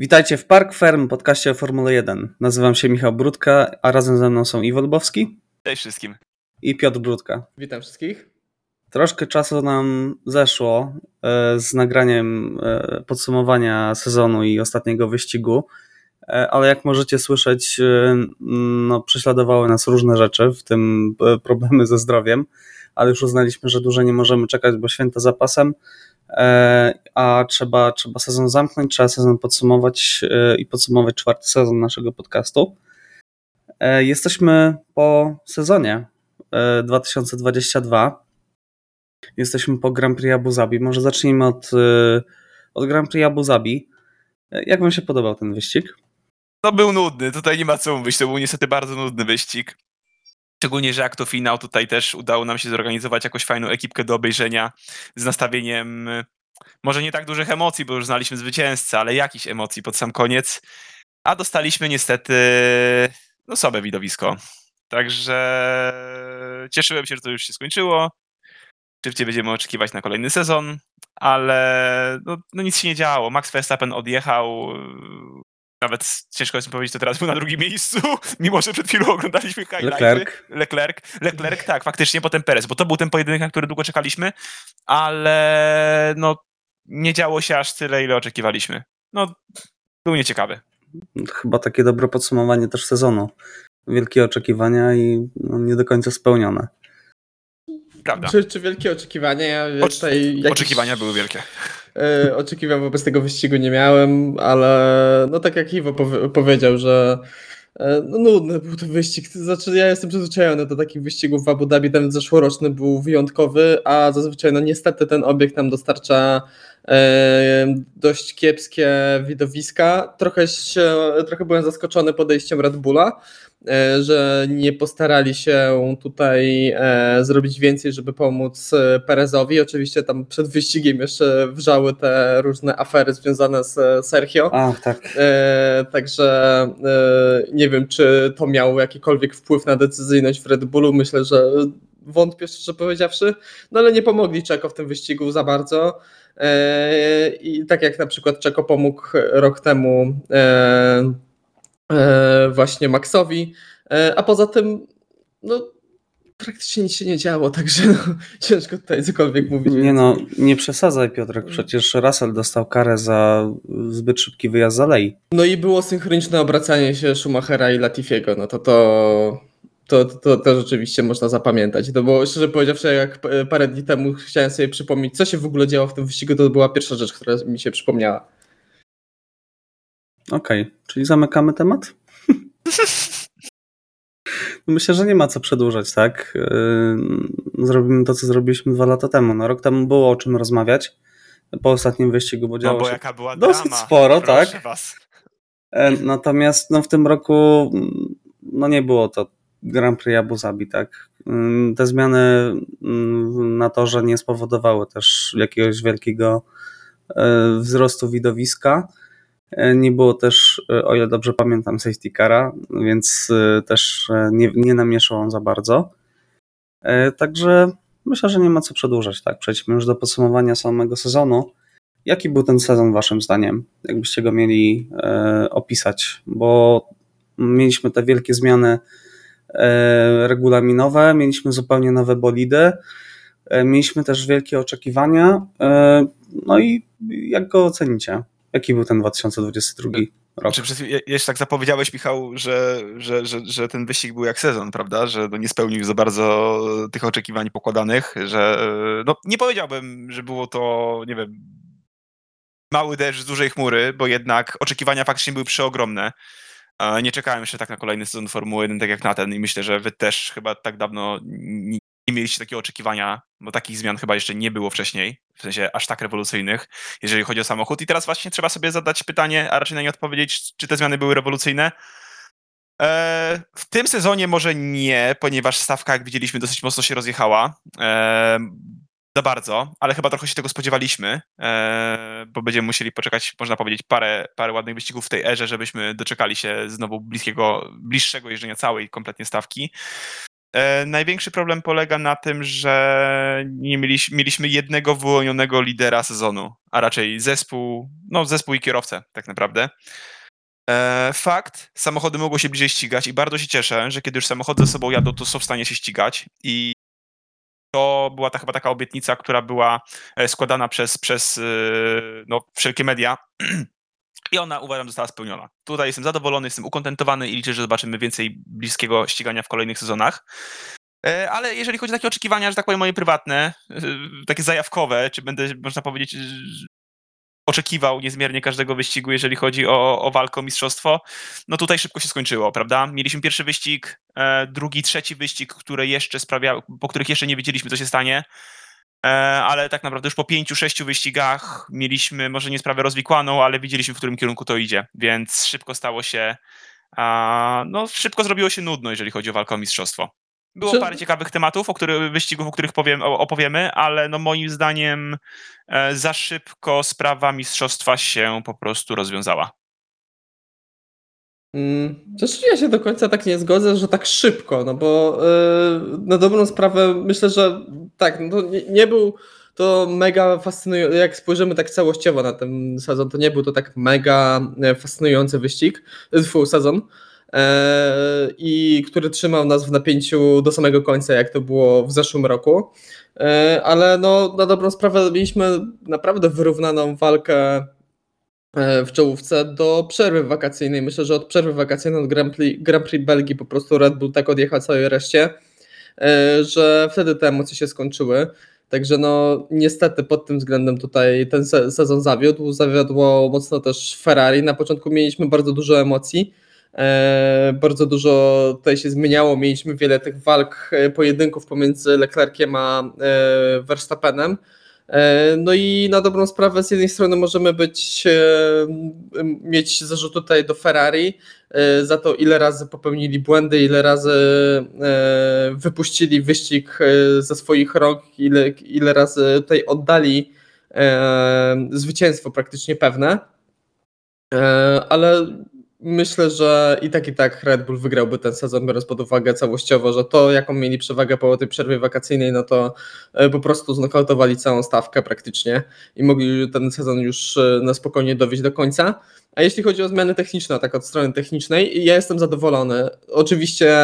Witajcie w Park Ferm, podcaście o Formule 1. Nazywam się Michał Brudka, a razem ze mną są Iwo Lubowski. Cześć wszystkim. I Piotr Brudka. Witam wszystkich. Troszkę czasu nam zeszło z nagraniem podsumowania sezonu i ostatniego wyścigu, ale jak możecie słyszeć, prześladowały nas różne rzeczy, w tym problemy ze zdrowiem, ale już uznaliśmy, że dłużej nie możemy czekać, bo święta za pasem, a trzeba sezon zamknąć, trzeba sezon podsumować i podsumować 4. sezon naszego podcastu. Jesteśmy po sezonie 2022. Jesteśmy po Grand Prix Abu Zabi. Może zacznijmy od Grand Prix Abu Zabi. Jak wam się podobał ten wyścig? To był nudny, tutaj nie ma co mówić, to był niestety bardzo nudny wyścig. Szczególnie, że jak to finał, tutaj też udało nam się zorganizować jakąś fajną ekipkę do obejrzenia z nastawieniem, może nie tak dużych emocji, bo już znaliśmy zwycięzcę, ale jakichś emocji pod sam koniec. A dostaliśmy niestety słabe widowisko. Także cieszyłem się, że to już się skończyło. Szybciej będziemy oczekiwać na kolejny sezon, ale nic się nie działo. Max Verstappen odjechał, nawet ciężko jest mi powiedzieć, to teraz był na drugim miejscu, mimo że przed chwilą oglądaliśmy highlighty. Leclerc, tak, faktycznie, potem Perez, bo to był ten pojedynek, na który długo czekaliśmy, ale nie działo się aż tyle, ile oczekiwaliśmy. Był nieciekawy. Chyba takie dobre podsumowanie też sezonu. Wielkie oczekiwania i nie do końca spełnione. Prawda. Czy wielkie oczekiwania? Ja oczekiwania były wielkie. Oczekiwań wobec tego wyścigu nie miałem, ale tak jak Iwo powiedział, że nudny był to wyścig. Znaczy, ja jestem przyzwyczajony do takich wyścigów w Abu Dhabi. Ten zeszłoroczny był wyjątkowy, a zazwyczaj niestety ten obiekt nam dostarcza dość kiepskie widowiska. Trochę byłem zaskoczony podejściem Red Bulla, że nie postarali się tutaj zrobić więcej, żeby pomóc Perezowi. Oczywiście tam przed wyścigiem jeszcze wrzały te różne afery związane z Sergio. Ach, tak. Także nie wiem, czy to miało jakikolwiek wpływ na decyzyjność w Red Bullu. Myślę, że wątpię, szczerze powiedziawszy. Ale nie pomogli Checo w tym wyścigu za bardzo. I tak jak na przykład Checo pomógł rok temu właśnie Maxowi, a poza tym praktycznie nic się nie działo, także ciężko tutaj cokolwiek mówić. Nie przesadzaj, Piotrek, przecież Russell dostał karę za zbyt szybki wyjazd z alei. I było synchroniczne obracanie się Schumachera i Latifiego, to rzeczywiście można zapamiętać. To było, szczerze powiedziawszy, jak parę dni temu chciałem sobie przypomnieć, co się w ogóle działo w tym wyścigu, to była pierwsza rzecz, która mi się przypomniała. Okej, czyli zamykamy temat? Myślę, że nie ma co przedłużać, tak? Zrobimy to, co zrobiliśmy 2 lata temu. Rok temu było o czym rozmawiać po ostatnim wyścigu, bo działo się jaka była dosyć drama. sporo, Proszę tak? was. Natomiast w tym roku nie było to Grand Prix Abu Zabi, tak? Te zmiany na torze nie spowodowały też jakiegoś wielkiego wzrostu widowiska. Nie było też, o ile dobrze pamiętam, safety cara, więc też nie namieszał on za bardzo. Także myślę, że nie ma co przedłużać. Tak? Przejdźmy już do podsumowania samego sezonu. Jaki był ten sezon waszym zdaniem? Jakbyście go mieli opisać? Bo mieliśmy te wielkie zmiany regulaminowe, mieliśmy zupełnie nowe bolidy, mieliśmy też wielkie oczekiwania. I jak go ocenicie? Jaki był ten 2022 rok? Jeszcze tak zapowiedziałeś, Michał, że ten wyścig był jak sezon, prawda? Że nie spełnił za bardzo tych oczekiwań pokładanych, że nie powiedziałbym, że było to, nie wiem, mały deszcz z dużej chmury, bo jednak oczekiwania faktycznie były przeogromne. Nie czekałem jeszcze tak na kolejny sezon Formuły 1, tak jak na ten, i myślę, że wy też chyba tak dawno nie mieliście takiego oczekiwania, bo takich zmian chyba jeszcze nie było wcześniej, w sensie aż tak rewolucyjnych, jeżeli chodzi o samochód. I teraz właśnie trzeba sobie zadać pytanie, a raczej na nie odpowiedzieć, czy te zmiany były rewolucyjne. W tym sezonie może nie, ponieważ stawka, jak widzieliśmy, dosyć mocno się rozjechała. Za bardzo, ale chyba trochę się tego spodziewaliśmy, bo będziemy musieli poczekać, można powiedzieć, parę ładnych wyścigów w tej erze, żebyśmy doczekali się znowu bliższego jeżdżenia całej kompletnie stawki. Największy problem polega na tym, że nie mieliśmy jednego wyłonionego lidera sezonu, a raczej zespół i kierowcę tak naprawdę. Fakt, samochody mogły się bliżej ścigać i bardzo się cieszę, że kiedy już samochody ze sobą jadą, to są w stanie się ścigać i to była chyba taka obietnica, która była składana przez wszelkie media. I ona, uważam, została spełniona. Tutaj jestem zadowolony, jestem ukontentowany i liczę, że zobaczymy więcej bliskiego ścigania w kolejnych sezonach. Ale jeżeli chodzi o takie oczekiwania, że tak powiem, moje prywatne, takie zajawkowe, czy będę, można powiedzieć, oczekiwał niezmiernie każdego wyścigu, jeżeli chodzi o walkę o mistrzostwo, no tutaj szybko się skończyło, prawda? Mieliśmy pierwszy wyścig, drugi, trzeci wyścig, po których jeszcze nie wiedzieliśmy, co się stanie. Ale tak naprawdę już po 5-6 wyścigach mieliśmy może nie sprawę rozwikłaną, ale widzieliśmy, w którym kierunku to idzie, więc szybko stało się, szybko zrobiło się nudno, jeżeli chodzi o walkę o mistrzostwo. Było parę ciekawych tematów, wyścigów, o których opowiemy, ale no moim zdaniem za szybko sprawa mistrzostwa się po prostu rozwiązała. Zresztą ja się do końca tak nie zgodzę, że tak szybko, no bo na dobrą sprawę myślę, że tak, no nie był to mega fascynujący, jak spojrzymy tak całościowo na ten sezon, to nie był to tak mega fascynujący sezon, i który trzymał nas w napięciu do samego końca, jak to było w zeszłym roku, ale no na dobrą sprawę mieliśmy naprawdę wyrównaną walkę w czołówce do przerwy wakacyjnej. Myślę, że od przerwy wakacyjnej, od Grand Prix Belgii po prostu Red Bull tak odjechał całej reszcie, że wtedy te emocje się skończyły. Także no niestety pod tym względem tutaj ten sezon zawiodło mocno też Ferrari. Na początku mieliśmy bardzo dużo emocji, bardzo dużo tutaj się zmieniało, mieliśmy wiele tych walk, pojedynków pomiędzy Leclerciem a Verstappenem. No i na dobrą sprawę z jednej strony możemy mieć zarzut tutaj do Ferrari za to, ile razy popełnili błędy, ile razy wypuścili wyścig ze swoich rąk, ile razy tutaj oddali zwycięstwo praktycznie pewne, ale myślę, że i tak Red Bull wygrałby ten sezon, biorąc pod uwagę całościowo, że to, jaką mieli przewagę po tej przerwie wakacyjnej, no to po prostu znokautowali całą stawkę praktycznie i mogli ten sezon już na spokojnie dowieść do końca. A jeśli chodzi o zmiany techniczne, tak od strony technicznej, ja jestem zadowolony. Oczywiście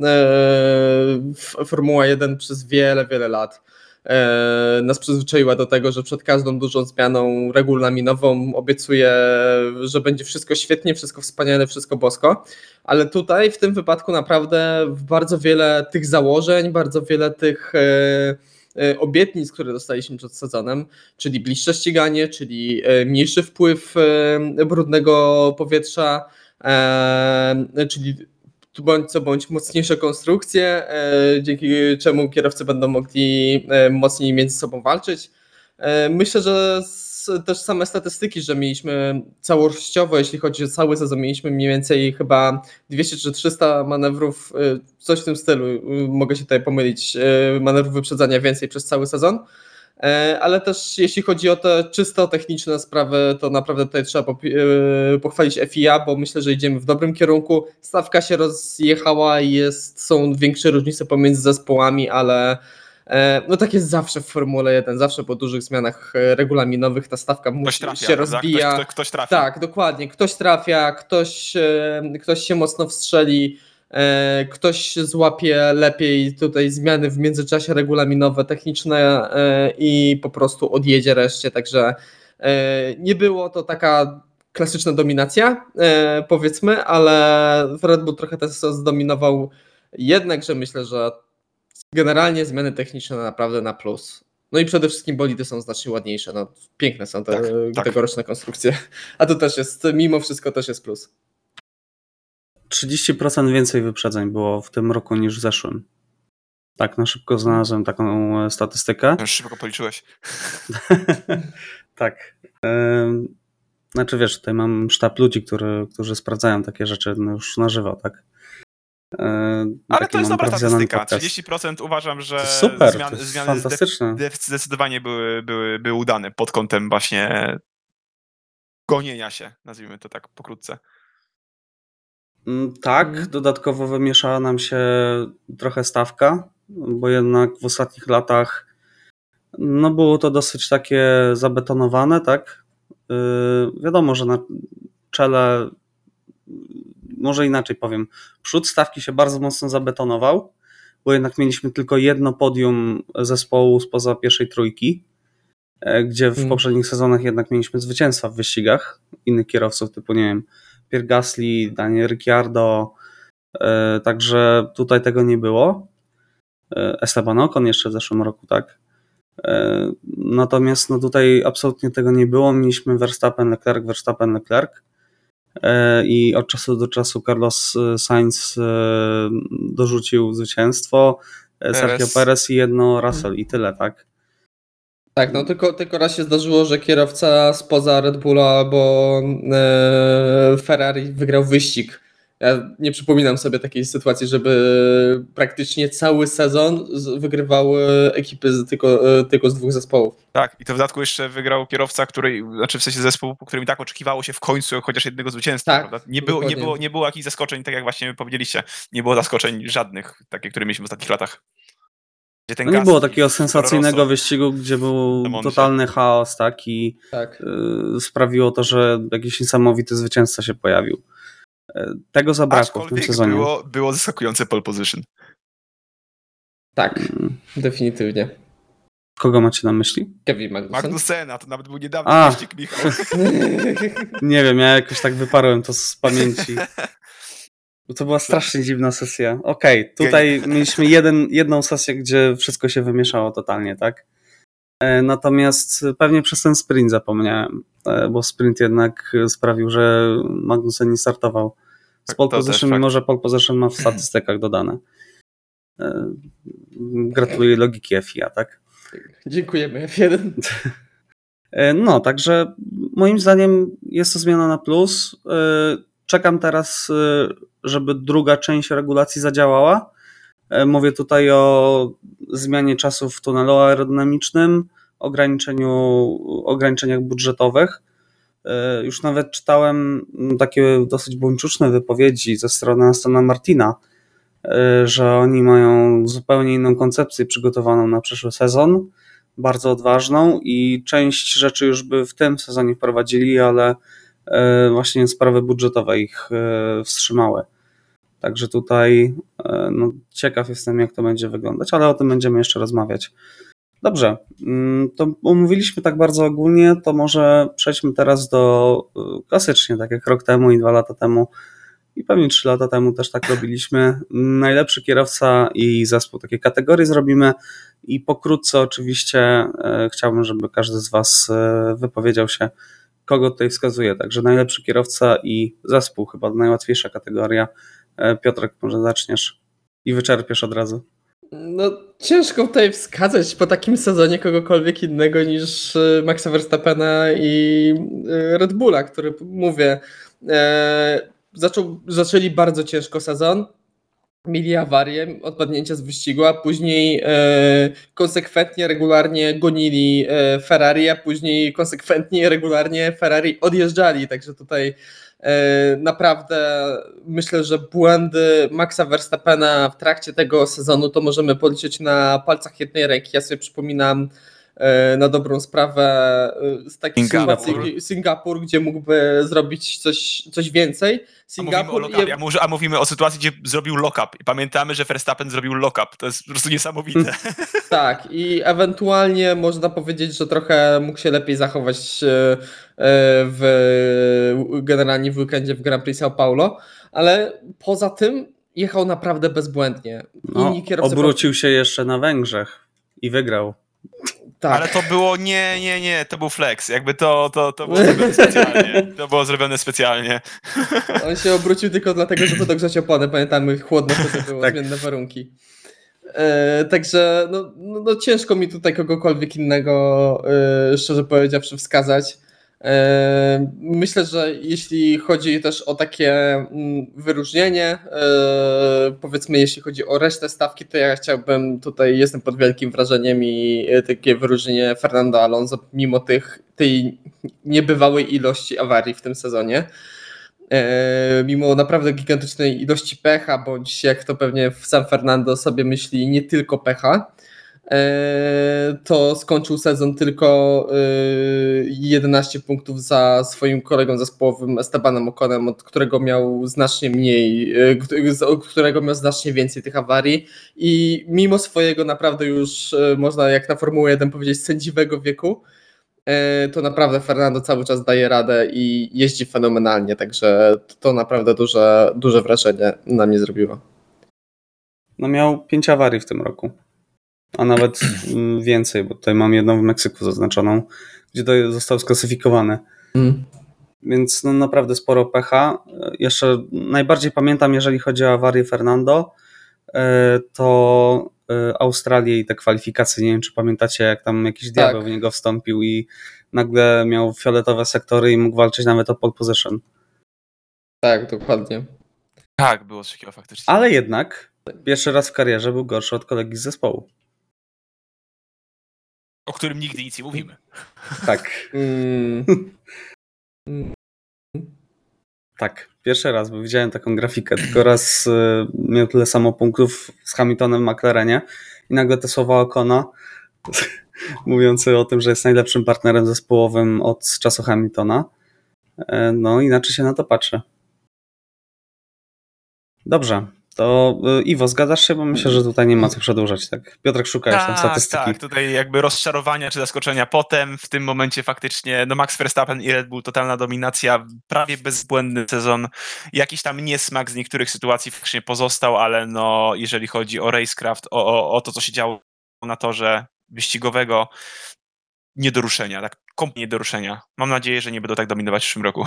Formuła 1 przez wiele, wiele lat nas przyzwyczaiła do tego, że przed każdą dużą zmianą regulaminową obiecuje, że będzie wszystko świetnie, wszystko wspaniale, wszystko bosko, ale tutaj w tym wypadku naprawdę bardzo wiele tych założeń, bardzo wiele tych obietnic, które dostaliśmy przed sezonem, czyli bliższe ściganie, czyli mniejszy wpływ brudnego powietrza, czyli bądź co bądź mocniejsze konstrukcje, dzięki czemu kierowcy będą mogli mocniej między sobą walczyć. Myślę, że też same statystyki, że mieliśmy całościowo, jeśli chodzi o cały sezon, mieliśmy mniej więcej chyba 200 czy 300 manewrów, coś w tym stylu, mogę się tutaj pomylić, manewrów wyprzedzania więcej przez cały sezon. Ale też jeśli chodzi o te czysto techniczne sprawy, to naprawdę tutaj trzeba pochwalić FIA, bo myślę, że idziemy w dobrym kierunku. Stawka się rozjechała i są większe różnice pomiędzy zespołami, ale no tak jest zawsze w Formule 1, zawsze po dużych zmianach regulaminowych ta stawka się rozbija. Ktoś trafia. Tak, dokładnie. Ktoś trafia, ktoś się mocno wstrzeli, ktoś złapie lepiej tutaj zmiany w międzyczasie regulaminowe, techniczne i po prostu odjedzie reszcie, także nie było to taka klasyczna dominacja, powiedzmy, ale Red Bull trochę ten sezon zdominował, jednakże myślę, że generalnie zmiany techniczne naprawdę na plus. No i przede wszystkim bolidy są znacznie ładniejsze, no piękne są te tegoroczne konstrukcje, a to też jest, mimo wszystko też jest plus. 30% więcej wyprzedzeń było w tym roku niż w zeszłym. Tak, na szybko znalazłem taką statystykę. Już szybko policzyłeś. Tak. Znaczy wiesz, tutaj mam sztab ludzi, którzy sprawdzają takie rzeczy już na żywo, tak? Ale to jest dobra statystyka. 30% uważam, że super, zmiany zdecydowanie były udane pod kątem właśnie gonienia się, nazwijmy to tak pokrótce. Tak, dodatkowo wymieszała nam się trochę stawka, bo jednak w ostatnich latach no było to dosyć takie zabetonowane, tak? Wiadomo, że na czele, może inaczej powiem, przód stawki się bardzo mocno zabetonował, bo jednak mieliśmy tylko jedno podium zespołu spoza pierwszej trójki, gdzie w poprzednich sezonach jednak mieliśmy zwycięstwa w wyścigach innych kierowców, typu nie wiem, Pierre Gasly, Daniel Ricciardo, także tutaj tego nie było. Esteban Ocon jeszcze w zeszłym roku, tak. Natomiast no tutaj absolutnie tego nie było. Mieliśmy Verstappen, Leclerc i od czasu do czasu Carlos Sainz dorzucił zwycięstwo, Sergio Perez i jedno Russell i tyle, tak. Tak, no tylko raz się zdarzyło, że kierowca spoza Red Bulla albo Ferrari wygrał wyścig. Ja nie przypominam sobie takiej sytuacji, żeby praktycznie cały sezon wygrywały ekipy tylko z dwóch zespołów. Tak, i to w dodatku jeszcze wygrał kierowca, znaczy w sensie zespołu, po którym i tak oczekiwało się w końcu chociaż jednego zwycięstwa. Tak, prawda? Nie było jakichś zaskoczeń, tak jak właśnie powiedzieliście. Nie było zaskoczeń żadnych, takie, które mieliśmy w ostatnich latach. No nie było takiego sensacyjnego wyścigu, gdzie był totalny chaos, tak? I sprawiło to, że jakiś niesamowity zwycięzca się pojawił. Tego zabrakło w tym sezonie. Było zaskakujące pole position. Tak, definitywnie. Kogo macie na myśli? Kevin Magnussena, to nawet był niedawny wyścig, Michał. Nie wiem, ja jakoś tak wyparłem to z pamięci. To była strasznie dziwna sesja. Okej, tutaj mieliśmy jedną sesję, gdzie wszystko się wymieszało totalnie, tak? Natomiast pewnie przez ten sprint zapomniałem, bo sprint jednak sprawił, że Magnussen nie startował z pole position, mimo że pole position ma w statystykach dodane. Gratuluję logiki FIA, tak? Dziękujemy F1. No, także moim zdaniem jest to zmiana na plus. Czekam teraz, żeby druga część regulacji zadziałała. Mówię tutaj o zmianie czasów w tunelu aerodynamicznym, ograniczeniach budżetowych. Już nawet czytałem takie dosyć buńczuczne wypowiedzi ze strony Astona Martina, że oni mają zupełnie inną koncepcję przygotowaną na przyszły sezon, bardzo odważną i część rzeczy już by w tym sezonie wprowadzili, ale właśnie sprawy budżetowe ich wstrzymały. Także tutaj no, ciekaw jestem, jak to będzie wyglądać, ale o tym będziemy jeszcze rozmawiać. Dobrze, to omówiliśmy tak bardzo ogólnie, to może przejdźmy teraz do klasycznie, tak jak rok temu i 2 lata temu i pewnie 3 lata temu też tak robiliśmy. Najlepszy kierowca i zespół, takie kategorie zrobimy i pokrótce oczywiście chciałbym, żeby każdy z Was wypowiedział się, kogo tutaj wskazuje. Także najlepszy kierowca i zespół, chyba najłatwiejsza kategoria. Piotrek, może zaczniesz i wyczerpiesz od razu. No ciężko tutaj wskazać po takim sezonie kogokolwiek innego niż Maxa Verstappena i Red Bulla, który mówię, zaczęli bardzo ciężko sezon, mieli awarię, odpadnięcia z wyścigu, a później konsekwentnie, regularnie gonili Ferrari, a później konsekwentnie, regularnie Ferrari odjeżdżali, także tutaj naprawdę myślę, że błędy Maxa Verstappena w trakcie tego sezonu to możemy policzyć na palcach jednej ręki. Ja sobie przypominam na dobrą sprawę z takiej sytuacji Singapur, gdzie mógłby zrobić coś więcej. A mówimy o sytuacji, gdzie zrobił lock-up i pamiętamy, że Verstappen zrobił lock-up. To jest po prostu niesamowite. Tak, i ewentualnie można powiedzieć, że trochę mógł się lepiej zachować generalnie w weekendzie w Grand Prix São Paulo, ale poza tym jechał naprawdę bezbłędnie. Obrócił się jeszcze na Węgrzech i wygrał. Tak. Ale to było nie, to był flex. Jakby to było zrobione specjalnie. To było zrobione specjalnie. On się obrócił tylko dlatego, żeby dogrzać opony. Pamiętamy, chłodno wtedy było, tak. Zmienne warunki. Także no ciężko mi tutaj kogokolwiek innego, szczerze powiedziawszy, wskazać. Myślę, że jeśli chodzi też o takie wyróżnienie, powiedzmy jeśli chodzi o resztę stawki, to ja chciałbym tutaj, jestem pod wielkim wrażeniem i takie wyróżnienie Fernando Alonso mimo tej niebywałej ilości awarii w tym sezonie. mimo naprawdę gigantycznej ilości pecha, bądź jak to pewnie w San Fernando sobie myśli, nie tylko pecha, to skończył sezon tylko 11 punktów za swoim kolegą zespołowym Estebanem Oconem, od którego miał znacznie mniej, od którego miał znacznie więcej tych awarii i mimo swojego naprawdę już można jak na Formułę 1 powiedzieć sędziwego wieku, to naprawdę Fernando cały czas daje radę i jeździ fenomenalnie, także to naprawdę duże wrażenie na mnie zrobiło. No miał 5 awarii w tym roku, a nawet więcej, bo tutaj mam jedną w Meksyku zaznaczoną, gdzie to został sklasyfikowany. Więc no naprawdę sporo pecha. Jeszcze najbardziej pamiętam, jeżeli chodzi o awarię Fernando, to Australię i te kwalifikacje. Nie wiem, czy pamiętacie, jak tam jakiś diabeł w niego wstąpił i nagle miał fioletowe sektory i mógł walczyć nawet o pole position. Tak, dokładnie. Tak, było coś takiego faktycznie. Ale jednak pierwszy raz w karierze był gorszy od kolegi z zespołu. O którym nigdy nic nie mówimy. Tak. Tak, pierwszy raz, bo widziałem taką grafikę, tylko raz miał tyle samo punktów z Hamiltonem w McLarenie i nagle te słowa Ocona mówiące o tym, że jest najlepszym partnerem zespołowym od czasu Hamiltona, no inaczej się na to patrzy. Dobrze, to Iwo, zgadzasz się? Bo myślę, że tutaj nie ma co przedłużać. Tak? Piotrek, szukałeś tam statystyki. Tak, tutaj jakby rozczarowania czy zaskoczenia potem. W tym momencie faktycznie Max Verstappen i Red Bull, totalna dominacja, prawie bezbłędny sezon. Jakiś tam niesmak z niektórych sytuacji faktycznie pozostał, ale no jeżeli chodzi o racecraft, o to, co się działo na torze wyścigowego, nie do ruszenia, tak kompletnie nie do ruszenia. Mam nadzieję, że nie będą tak dominować w przyszłym roku.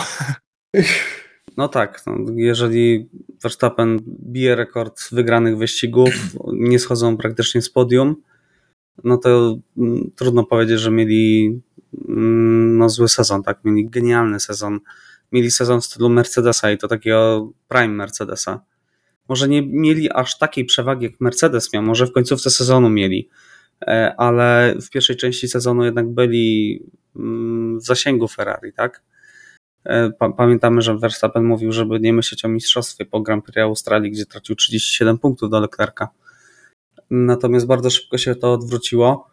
No tak, no, jeżeli Verstappen bije rekord wygranych wyścigów, nie schodzą praktycznie z podium, no to trudno powiedzieć, że mieli zły sezon, tak? Mieli genialny sezon. Mieli sezon w stylu Mercedesa i to takiego prime Mercedesa. Może nie mieli aż takiej przewagi jak Mercedes miał, może w końcówce sezonu mieli, ale w pierwszej części sezonu jednak byli w zasięgu Ferrari, tak? Pamiętamy, że Verstappen mówił, żeby nie myśleć o mistrzostwie po Grand Prix Australii, gdzie tracił 37 punktów do Leclerca. Natomiast bardzo szybko się to odwróciło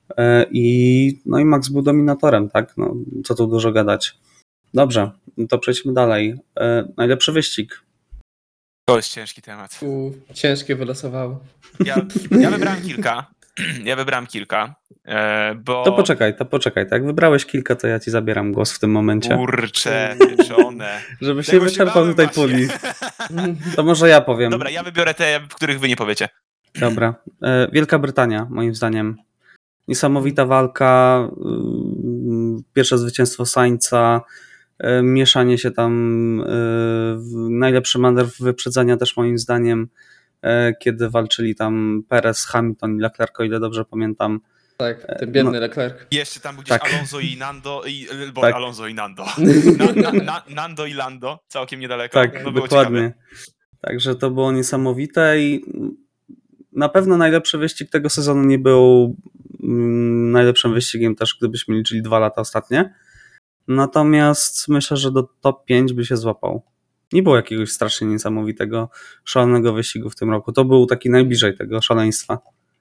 i Max był dominatorem, tak? No, co tu dużo gadać. Dobrze, to przejdźmy dalej. Najlepszy wyścig. To jest ciężki temat. Ciężkie wylosowało. Ja wybrałem kilka. Bo... To poczekaj. Tak? Jak wybrałeś kilka, to ja ci zabieram głos w tym momencie. Kurcze, pieczone. Żebyś nie wyczerpał tutaj puli. To może ja powiem. Dobra, ja wybiorę te, w których wy nie powiecie. Dobra. Wielka Brytania, moim zdaniem. Niesamowita walka, pierwsze zwycięstwo Sainza, mieszanie się tam, najlepszy manewr wyprzedzenia też moim zdaniem, kiedy walczyli tam Perez, Hamilton i Leclerc, o ile dobrze pamiętam. Tak, ten biedny Leclerc. Jeszcze tam był gdzieś tak. Alonso i Nando, tak. Alonso i Nando. Nando i Lando, całkiem niedaleko. Tak, no, było dokładnie. Ciekawe. Także to było niesamowite i na pewno najlepszy wyścig tego sezonu nie był najlepszym wyścigiem też, gdybyśmy liczyli 2 lata ostatnie. Natomiast myślę, że do top 5 by się złapał. Nie było jakiegoś strasznie niesamowitego, szalonego wyścigu w tym roku. To był taki najbliżej tego szaleństwa.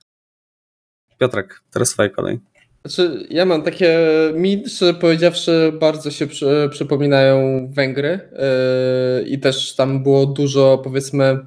Piotrek, teraz twoja kolej. Znaczy, ja mam takie, mi szczerze powiedziawszy, bardzo się przypominają Węgry i też tam było dużo, powiedzmy,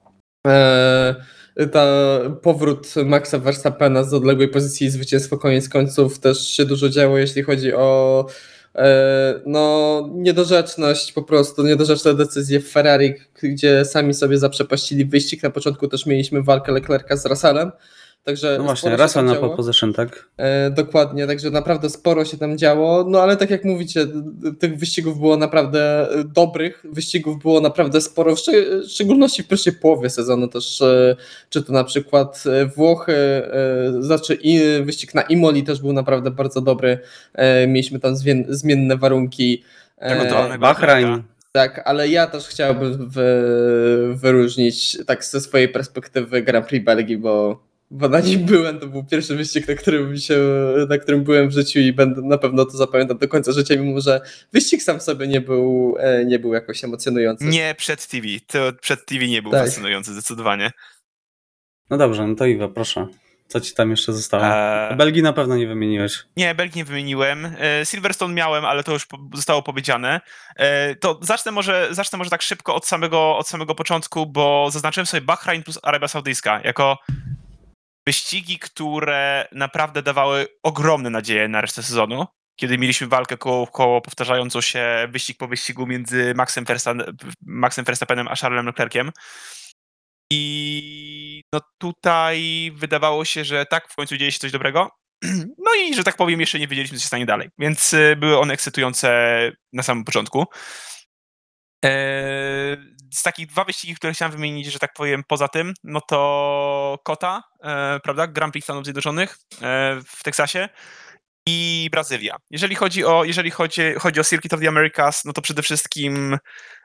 powrót Maxa Verstappena z odległej pozycji i zwycięstwo koniec końców też się dużo działo, jeśli chodzi o niedorzeczność, po prostu niedorzeczne decyzje w Ferrari, gdzie sami sobie zaprzepaścili wyścig. Na początku też mieliśmy walkę Leclerca z Russellem. Także no właśnie, Russell na pole position, tak? Dokładnie, także naprawdę sporo się tam działo, no ale tak jak mówicie, tych wyścigów było naprawdę dobrych, wyścigów było naprawdę sporo, w szczególności w pierwszej połowie sezonu też, czy to na przykład Włochy, wyścig na Imoli też był naprawdę bardzo dobry, mieliśmy tam zmienne warunki. Bahrain. Tak, ale ja też chciałbym wyróżnić tak ze swojej perspektywy Grand Prix Belgii, bo bo na nim byłem, to był pierwszy wyścig, na którym byłem w życiu i na pewno to zapamiętam do końca życia, mimo że wyścig sam w sobie nie był jakoś emocjonujący. Nie przed TV. To przed TV nie był Tak. fascynujący zdecydowanie. No dobrze, no to Iwo, proszę. Co ci tam jeszcze zostało? Belgii na pewno nie wymieniłeś. Nie, Belgii nie wymieniłem. Silverstone miałem, ale to już zostało powiedziane. To zacznę może tak szybko od samego początku, bo zaznaczyłem sobie Bahrain plus Arabia Saudyjska jako wyścigi, które naprawdę dawały ogromne nadzieje na resztę sezonu. Kiedy mieliśmy walkę koło powtarzającą się wyścig po wyścigu między Maxem Verstappenem a Charlesem Leclerciem. I no tutaj wydawało się, że tak, w końcu dzieje się coś dobrego. No i, że tak powiem, jeszcze nie wiedzieliśmy, co się stanie dalej. Więc były one ekscytujące na samym początku. Z takich 2 wyścigi, które chciałem wymienić, że tak powiem, poza tym, no to Kota, prawda, Grand Prix Stanów Zjednoczonych w Teksasie i Brazylia. Jeżeli chodzi o Circuit of the Americas, no to przede wszystkim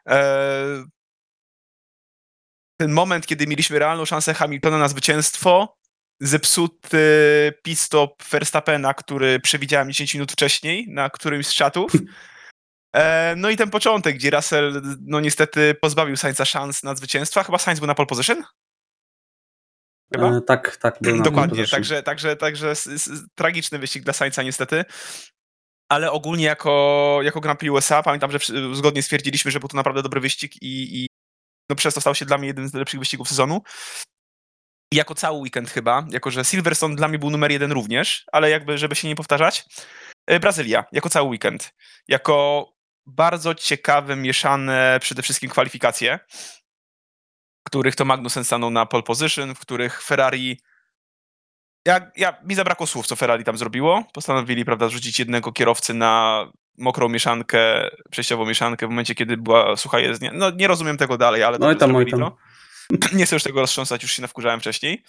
ten moment, kiedy mieliśmy realną szansę Hamiltona na zwycięstwo, zepsuty pit stop Verstappena, który przewidziałem 10 minut wcześniej na którymś z czatów. No i ten początek, gdzie Russell no niestety pozbawił Sainza szans na zwycięstwo. Chyba Sainz był na pole position? Chyba? Tak, był na Dokładnie, pole position. także tragiczny wyścig dla Sainza niestety. Ale ogólnie jako Grand Prix USA pamiętam, że zgodnie stwierdziliśmy, że był to naprawdę dobry wyścig i no przez to stał się dla mnie jeden z lepszych wyścigów sezonu. I jako cały weekend chyba, jako że Silverstone dla mnie był numer 1 również, ale jakby żeby się nie powtarzać, Brazylia jako cały weekend. Jako bardzo ciekawe, mieszane przede wszystkim kwalifikacje, w których to Magnussen stanął na pole position, w których Ferrari... Mi zabrakło słów, co Ferrari tam zrobiło. Postanowili, prawda, rzucić jednego kierowcy na mokrą mieszankę, przejściową mieszankę w momencie, kiedy była sucha jezdnia. No nie rozumiem tego dalej, ale dobrze zrobili to. Nie chcę już tego roztrząsać, już się nawkurzałem wcześniej.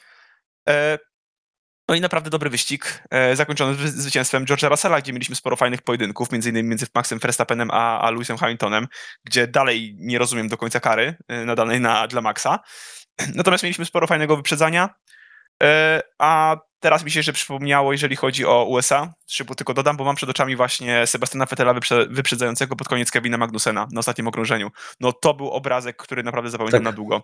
No i naprawdę dobry wyścig, zakończony zwycięstwem George'a Russella, gdzie mieliśmy sporo fajnych pojedynków, między innymi między Maxem Verstappenem a Lewisem Hamiltonem, gdzie dalej nie rozumiem do końca kary nadanej dla Maxa. Natomiast mieliśmy sporo fajnego wyprzedzania, a teraz mi się jeszcze przypomniało, jeżeli chodzi o USA, szybko tylko dodam, bo mam przed oczami właśnie Sebastiana Vettela wyprzedzającego pod koniec Kevina Magnusena na ostatnim okrążeniu. No to był obrazek, który naprawdę zapamiętam na długo.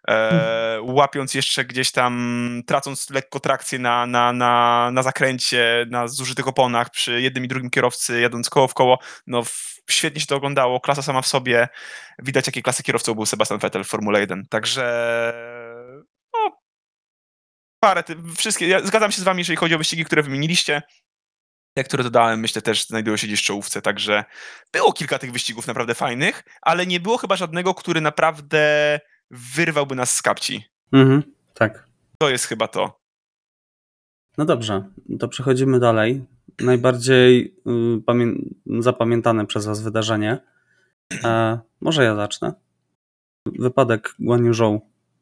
Łapiąc jeszcze gdzieś tam, tracąc lekko trakcję na zakręcie, na zużytych oponach przy jednym i drugim kierowcy, jadąc koło w koło, no świetnie się to oglądało, klasa sama w sobie, widać jakiej klasy kierowcą był Sebastian Vettel w Formule 1, także no, wszystkie, ja zgadzam się z wami, jeżeli chodzi o wyścigi, które wymieniliście, te, które dodałem, myślę też znajdują się gdzieś w czołówce, także było kilka tych wyścigów naprawdę fajnych, ale nie było chyba żadnego, który naprawdę wyrwałby nas z kapci. Tak. To jest chyba to. No dobrze, to przechodzimy dalej. Najbardziej zapamiętane przez was wydarzenie. Może ja zacznę. Wypadek Guan Yu Zhou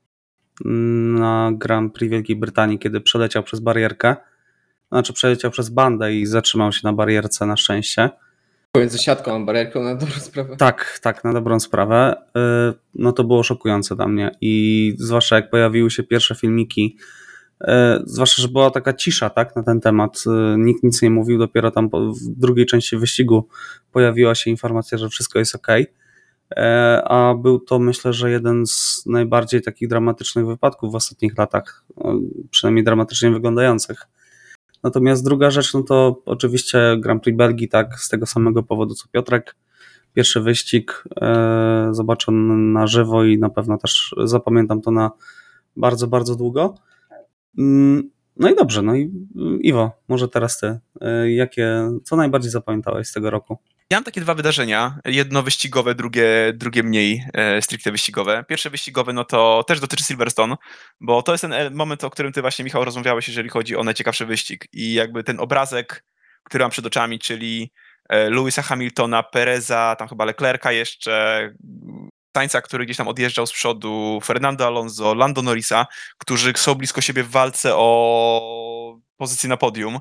na Grand Prix Wielkiej Brytanii, kiedy przeleciał przez barierkę. Znaczy przeleciał przez bandę i zatrzymał się na barierce na szczęście. Pomiędzy siatką a barierką na dobrą sprawę. Tak, na dobrą sprawę. No to było szokujące dla mnie i zwłaszcza jak pojawiły się pierwsze filmiki, zwłaszcza, że była taka cisza, tak, na ten temat. Nikt nic nie mówił, dopiero tam w drugiej części wyścigu pojawiła się informacja, że wszystko jest okej. A był to, myślę, że jeden z najbardziej takich dramatycznych wypadków w ostatnich latach, przynajmniej dramatycznie wyglądających. Natomiast druga rzecz, no to oczywiście Grand Prix Belgii, tak, z tego samego powodu co Piotrek. Pierwszy wyścig zobaczony na żywo i na pewno też zapamiętam to na bardzo, bardzo długo. No i dobrze, no i Iwo, może teraz ty. Co najbardziej zapamiętałeś z tego roku? Ja mam takie 2 wydarzenia, jedno wyścigowe, drugie mniej stricte wyścigowe. Pierwsze wyścigowe, no to też dotyczy Silverstone, bo to jest ten moment, o którym ty właśnie, Michał, rozmawiałeś, jeżeli chodzi o najciekawszy wyścig i jakby ten obrazek, który mam przed oczami, czyli Lewisa Hamiltona, Pereza, tam chyba Leclerca jeszcze, Sainza, który gdzieś tam odjeżdżał z przodu, Fernando Alonso, Lando Norrisa, którzy są blisko siebie w walce o pozycję na podium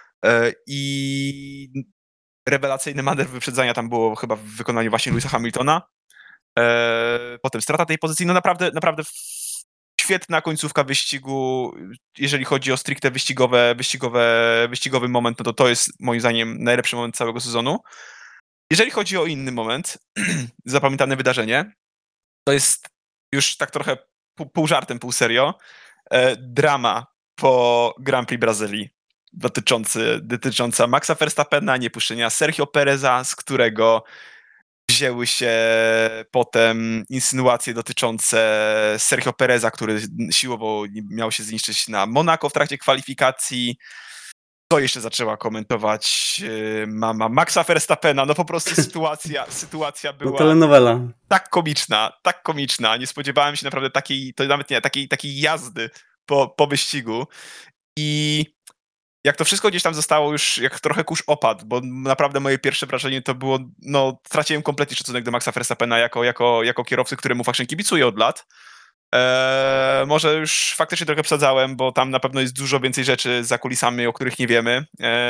i rewelacyjny manewr wyprzedzania tam było chyba w wykonaniu właśnie Lewisa Hamiltona. Potem strata tej pozycji, no naprawdę świetna końcówka wyścigu, jeżeli chodzi o stricte wyścigowy moment, no to jest moim zdaniem najlepszy moment całego sezonu. Jeżeli chodzi o inny moment, zapamiętane wydarzenie, to jest już tak trochę pół żartem, pół serio, drama po Grand Prix Brazylii dotycząca Maxa Verstappena, niepuszczenia Sergio Pereza, z którego wzięły się potem insynuacje dotyczące Sergio Pereza, który siłowo miał się zniszczyć na Monaco w trakcie kwalifikacji. To jeszcze zaczęła komentować mama Maxa Verstappena. No po prostu sytuacja No była telenowela. tak komiczna. Nie spodziewałem się naprawdę takiej jazdy po wyścigu. I jak to wszystko gdzieś tam zostało już, jak trochę kurz opadł, bo naprawdę moje pierwsze wrażenie to było, no straciłem kompletnie szacunek do Maxa Verstappena jako kierowcy, któremu faktycznie kibicuję od lat. Może już faktycznie trochę przesadzałem, bo tam na pewno jest dużo więcej rzeczy za kulisami, o których nie wiemy.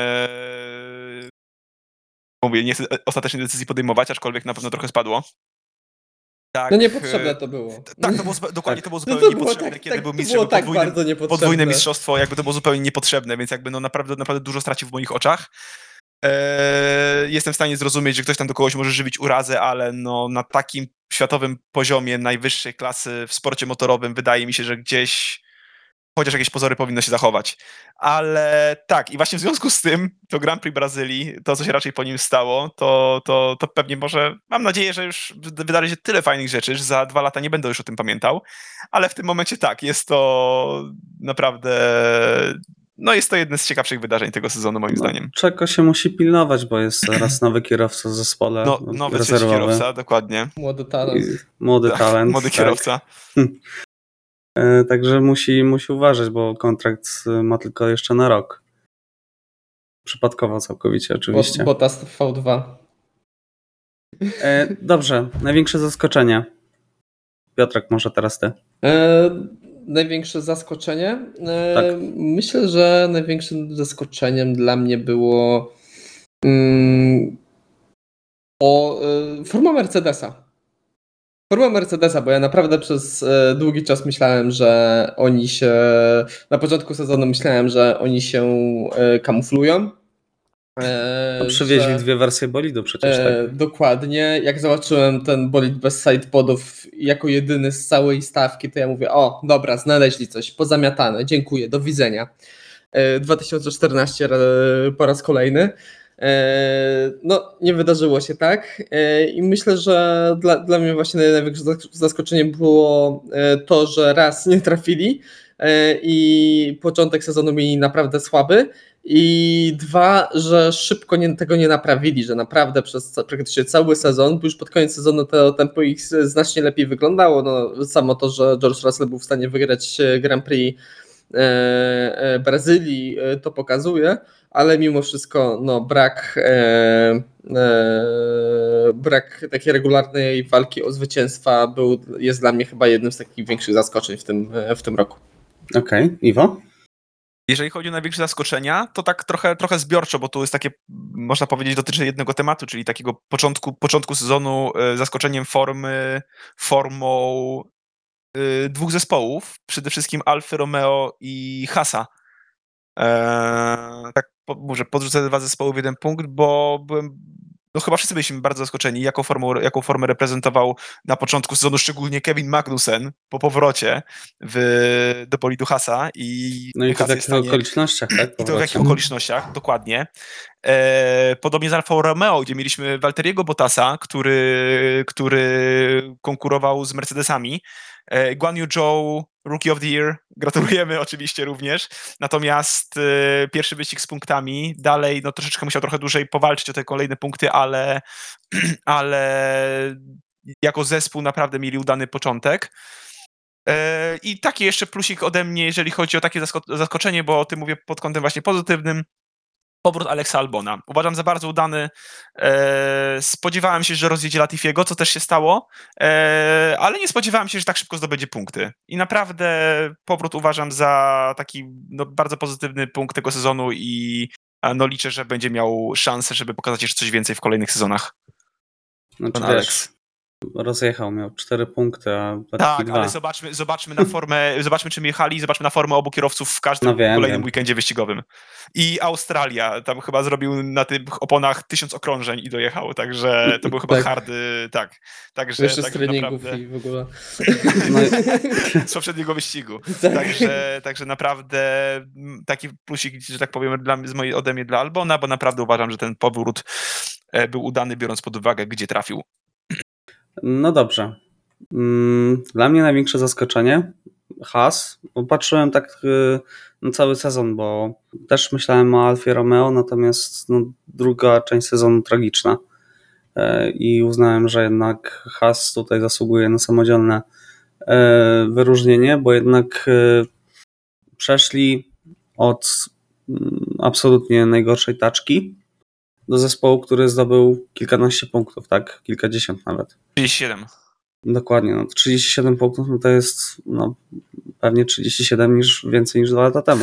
Mówię, nie chcę ostatecznie decyzji podejmować, aczkolwiek na pewno trochę spadło. Tak, No niepotrzebne to było. Tak, to było dokładnie, to było No zupełnie to było niepotrzebne, tak, kiedy tak, był to mistrz, było jakby tak bardzo niepotrzebne. podwójne mistrzostwo, jakby to było zupełnie niepotrzebne, więc jakby no naprawdę dużo stracił w moich oczach. Jestem w stanie zrozumieć, że ktoś tam do kogoś może żywić urazę, ale no na takim światowym poziomie najwyższej klasy w sporcie motorowym wydaje mi się, że gdzieś chociaż jakieś pozory powinno się zachować. Ale tak, i właśnie w związku z tym to Grand Prix Brazylii, to co się raczej po nim stało, to pewnie może, mam nadzieję, że już wydarzy się tyle fajnych rzeczy, że za 2 lata nie będę już o tym pamiętał, ale w tym momencie tak, jest to naprawdę, no jest to jedno z ciekawszych wydarzeń tego sezonu moim zdaniem. Czego się musi pilnować, bo jest teraz nowy kierowca w zespole, No, nowy trzeci rezerwowy. kierowca, dokładnie. Młody talent. Młody Tak, talent. młody kierowca. Także musi uważać, bo kontrakt ma tylko jeszcze na rok. Przypadkowo całkowicie oczywiście. Bottas w V2. Dobrze, największe zaskoczenie. Piotrek, może teraz ty. Największe zaskoczenie? Tak. Myślę, że największym zaskoczeniem dla mnie było forma Mercedesa. Forma Mercedesa, bo ja naprawdę przez długi czas myślałem, że oni się, na początku sezonu myślałem, że oni się kamuflują. Przywieźli 2 wersje bolidu przecież, tak? Dokładnie. Jak zobaczyłem ten bolid bez sidepodów jako jedyny z całej stawki, to ja mówię, o dobra, znaleźli coś, pozamiatane, dziękuję, do widzenia. 2014 po raz kolejny. No, nie wydarzyło się tak i myślę, że dla mnie właśnie największym zaskoczeniem było to, że raz nie trafili i początek sezonu mieli naprawdę słaby i 2, że szybko tego nie naprawili, że naprawdę przez praktycznie cały sezon, bo już pod koniec sezonu to tempo ich znacznie lepiej wyglądało. No, samo to, że George Russell był w stanie wygrać Grand Prix Brazylii, to pokazuje, ale mimo wszystko no, brak takiej regularnej walki o zwycięstwa jest dla mnie chyba jednym z takich większych zaskoczeń w tym roku. Okej, Iwo? Jeżeli chodzi o największe zaskoczenia, to tak trochę zbiorczo, bo tu jest takie, można powiedzieć, dotyczy jednego tematu, czyli takiego początku sezonu zaskoczeniem formą 2 zespołów, przede wszystkim Alfy Romeo i Haasa. Tak może podrzucę 2 zespoły w jeden punkt, bo no chyba wszyscy byliśmy bardzo zaskoczeni, jaką formę reprezentował na początku sezonu, szczególnie Kevin Magnussen po powrocie do bolidu Haasa. No i to w jakich okolicznościach, tak? I to w jakich okolicznościach, dokładnie. Podobnie z Alfa Romeo, gdzie mieliśmy Valtteriego Bottasa, który konkurował z Mercedesami. Guan Yu Zhou, Rookie of the Year, gratulujemy oczywiście również. Natomiast pierwszy wyścig z punktami, dalej no troszeczkę musiał trochę dłużej powalczyć o te kolejne punkty, ale jako zespół naprawdę mieli udany początek. I taki jeszcze plusik ode mnie, jeżeli chodzi o takie zaskoczenie, bo o tym mówię pod kątem właśnie pozytywnym. Powrót Alexa Albona. Uważam za bardzo udany. Spodziewałem się, że rozjedzie Latifiego, co też się stało, ale nie spodziewałem się, że tak szybko zdobędzie punkty. I naprawdę powrót uważam za taki no, bardzo pozytywny punkt tego sezonu i no, liczę, że będzie miał szansę, żeby pokazać jeszcze coś więcej w kolejnych sezonach. Znaczy, Alex. rozjechał, miał 4 punkty, a Lecki Tak, 2. ale zobaczmy na formę, zobaczmy czym jechali, zobaczmy na formę obu kierowców w każdym No wiem, kolejnym wiem. weekendzie wyścigowym. I Australia, tam chyba zrobił na tych oponach 1000 okrążeń i dojechał, także to był chyba Tak. hardy, tak. Także Jeszcze z tak treningów naprawdę i w ogóle. No, z poprzedniego wyścigu. Tak. Także naprawdę taki plusik, że tak powiem, ode mnie dla Albona, bo naprawdę uważam, że ten powrót był udany, biorąc pod uwagę, gdzie trafił. no dobrze. Dla mnie największe zaskoczenie Haas. Patrzyłem tak na cały sezon, bo też myślałem o Alfie Romeo, natomiast druga część sezonu tragiczna. I uznałem, że jednak Haas tutaj zasługuje na samodzielne wyróżnienie, bo jednak przeszli od absolutnie najgorszej taczki do zespołu, który zdobył kilkanaście punktów, tak? Kilkadziesiąt nawet. 37. Dokładnie, 37 punktów to jest pewnie 37 więcej niż 2 lata temu.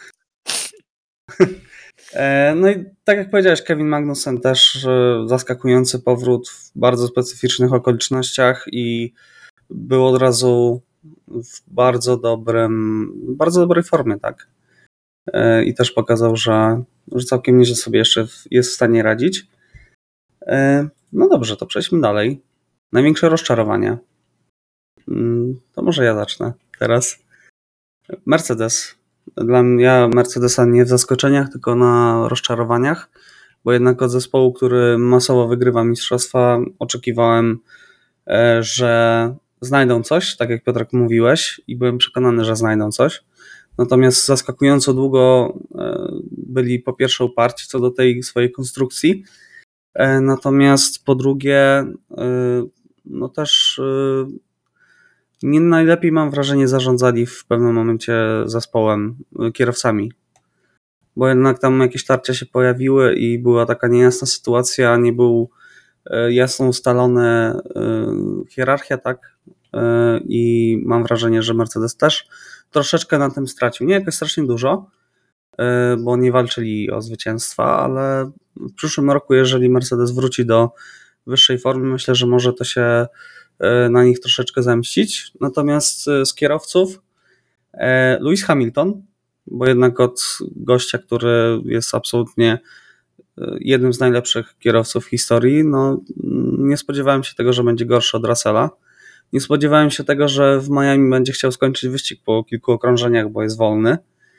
No i tak jak powiedziałeś, Kevin Magnussen też zaskakujący powrót w bardzo specyficznych okolicznościach i był od razu w bardzo dobrej formie, tak. I też pokazał, że całkiem nieźle sobie jeszcze jest w stanie radzić. No dobrze, to przejdźmy dalej. Największe rozczarowanie. To może ja zacznę teraz. Mercedes. Dla mnie ja Mercedesa nie w zaskoczeniach, tylko na rozczarowaniach, bo jednak od zespołu, który masowo wygrywa mistrzostwa, oczekiwałem, że znajdą coś, tak jak Piotrek mówiłeś, i byłem przekonany, że znajdą coś. Natomiast zaskakująco długo byli po pierwsze uparci co do tej swojej konstrukcji, natomiast po drugie no też nie najlepiej, mam wrażenie, zarządzali w pewnym momencie zespołem, kierowcami, bo jednak tam jakieś tarcia się pojawiły i była taka niejasna sytuacja, nie był jasno ustalona hierarchia, tak? I mam wrażenie, że Mercedes też troszeczkę na tym stracił. Nie jakoś strasznie dużo, bo nie walczyli o zwycięstwa, ale w przyszłym roku, jeżeli Mercedes wróci do wyższej formy, myślę, że może to się na nich troszeczkę zemścić. Natomiast z kierowców Lewis Hamilton, bo jednak od gościa, który jest absolutnie jednym z najlepszych kierowców w historii, nie spodziewałem się tego, że będzie gorszy od Russella. Nie spodziewałem się tego, że w Miami będzie chciał skończyć wyścig po kilku okrążeniach, bo jest wolny.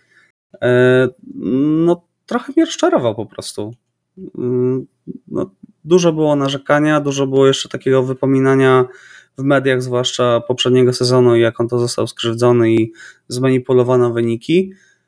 Trochę mnie rozczarował po prostu. Dużo było narzekania, dużo było jeszcze takiego wypominania w mediach, zwłaszcza poprzedniego sezonu, jak on to został skrzywdzony i zmanipulowano wyniki.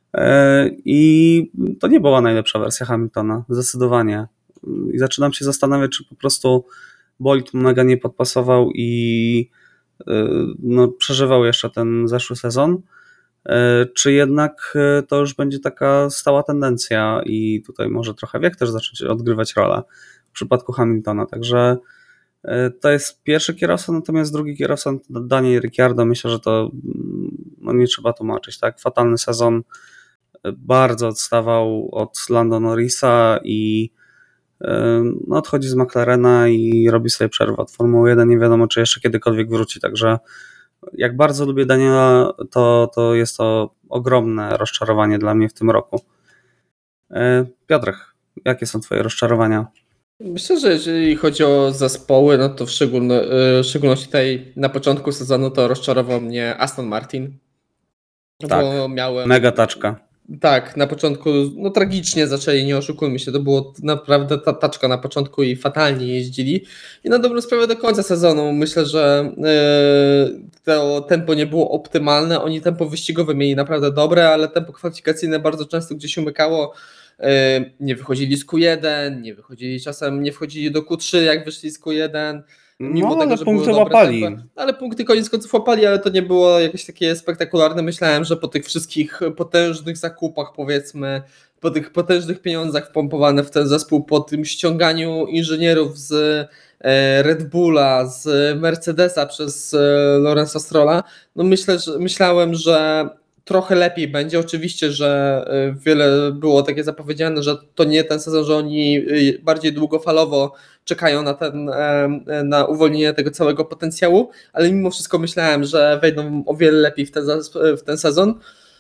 I to nie była najlepsza wersja Hamiltona, zdecydowanie. I zaczynam się zastanawiać, czy po prostu bolid mega nie podpasował i przeżywał jeszcze ten zeszły sezon, czy jednak to już będzie taka stała tendencja i tutaj może trochę wiek też zacząć odgrywać rolę w przypadku Hamiltona. Także to jest pierwszy kierowca, natomiast drugi kierowca, Daniel Ricciardo, myślę, że to nie trzeba tłumaczyć, tak? Fatalny sezon, bardzo odstawał od Lando Norrisa i odchodzi z McLarena i robi sobie przerwę od Formuły 1, nie wiadomo, czy jeszcze kiedykolwiek wróci, także jak bardzo lubię Daniela, to jest to ogromne rozczarowanie dla mnie w tym roku. Piotrek, jakie są twoje rozczarowania? Myślę, że jeżeli chodzi o zespoły, no to w szczególności tutaj na początku sezonu to rozczarował mnie Aston Martin. Tak, bo miałem... mega taczka. Tak, na początku tragicznie zaczęli, nie oszukujmy się, to było naprawdę taczka na początku i fatalnie jeździli i na dobrą sprawę do końca sezonu myślę, że to tempo nie było optymalne, oni tempo wyścigowe mieli naprawdę dobre, ale tempo kwalifikacyjne bardzo często gdzieś umykało, nie wychodzili z Q1, nie wchodzili do Q3 jak wyszli z Q1, mimo tego, że punkty było dobre łapali. tempo, ale punkty koniec końców łapali, ale to nie było jakieś takie spektakularne. Myślałem, że po tych wszystkich potężnych zakupach, powiedzmy, po tych potężnych pieniądzach wpompowane w ten zespół, po tym ściąganiu inżynierów z Red Bulla, z Mercedesa przez Lawrence'a Strolla, myślałem, że trochę lepiej będzie. Oczywiście, że wiele było takie zapowiedziane, że to nie ten sezon, że oni bardziej długofalowo czekają na uwolnienie tego całego potencjału, ale mimo wszystko myślałem, że wejdą o wiele lepiej w ten sezon.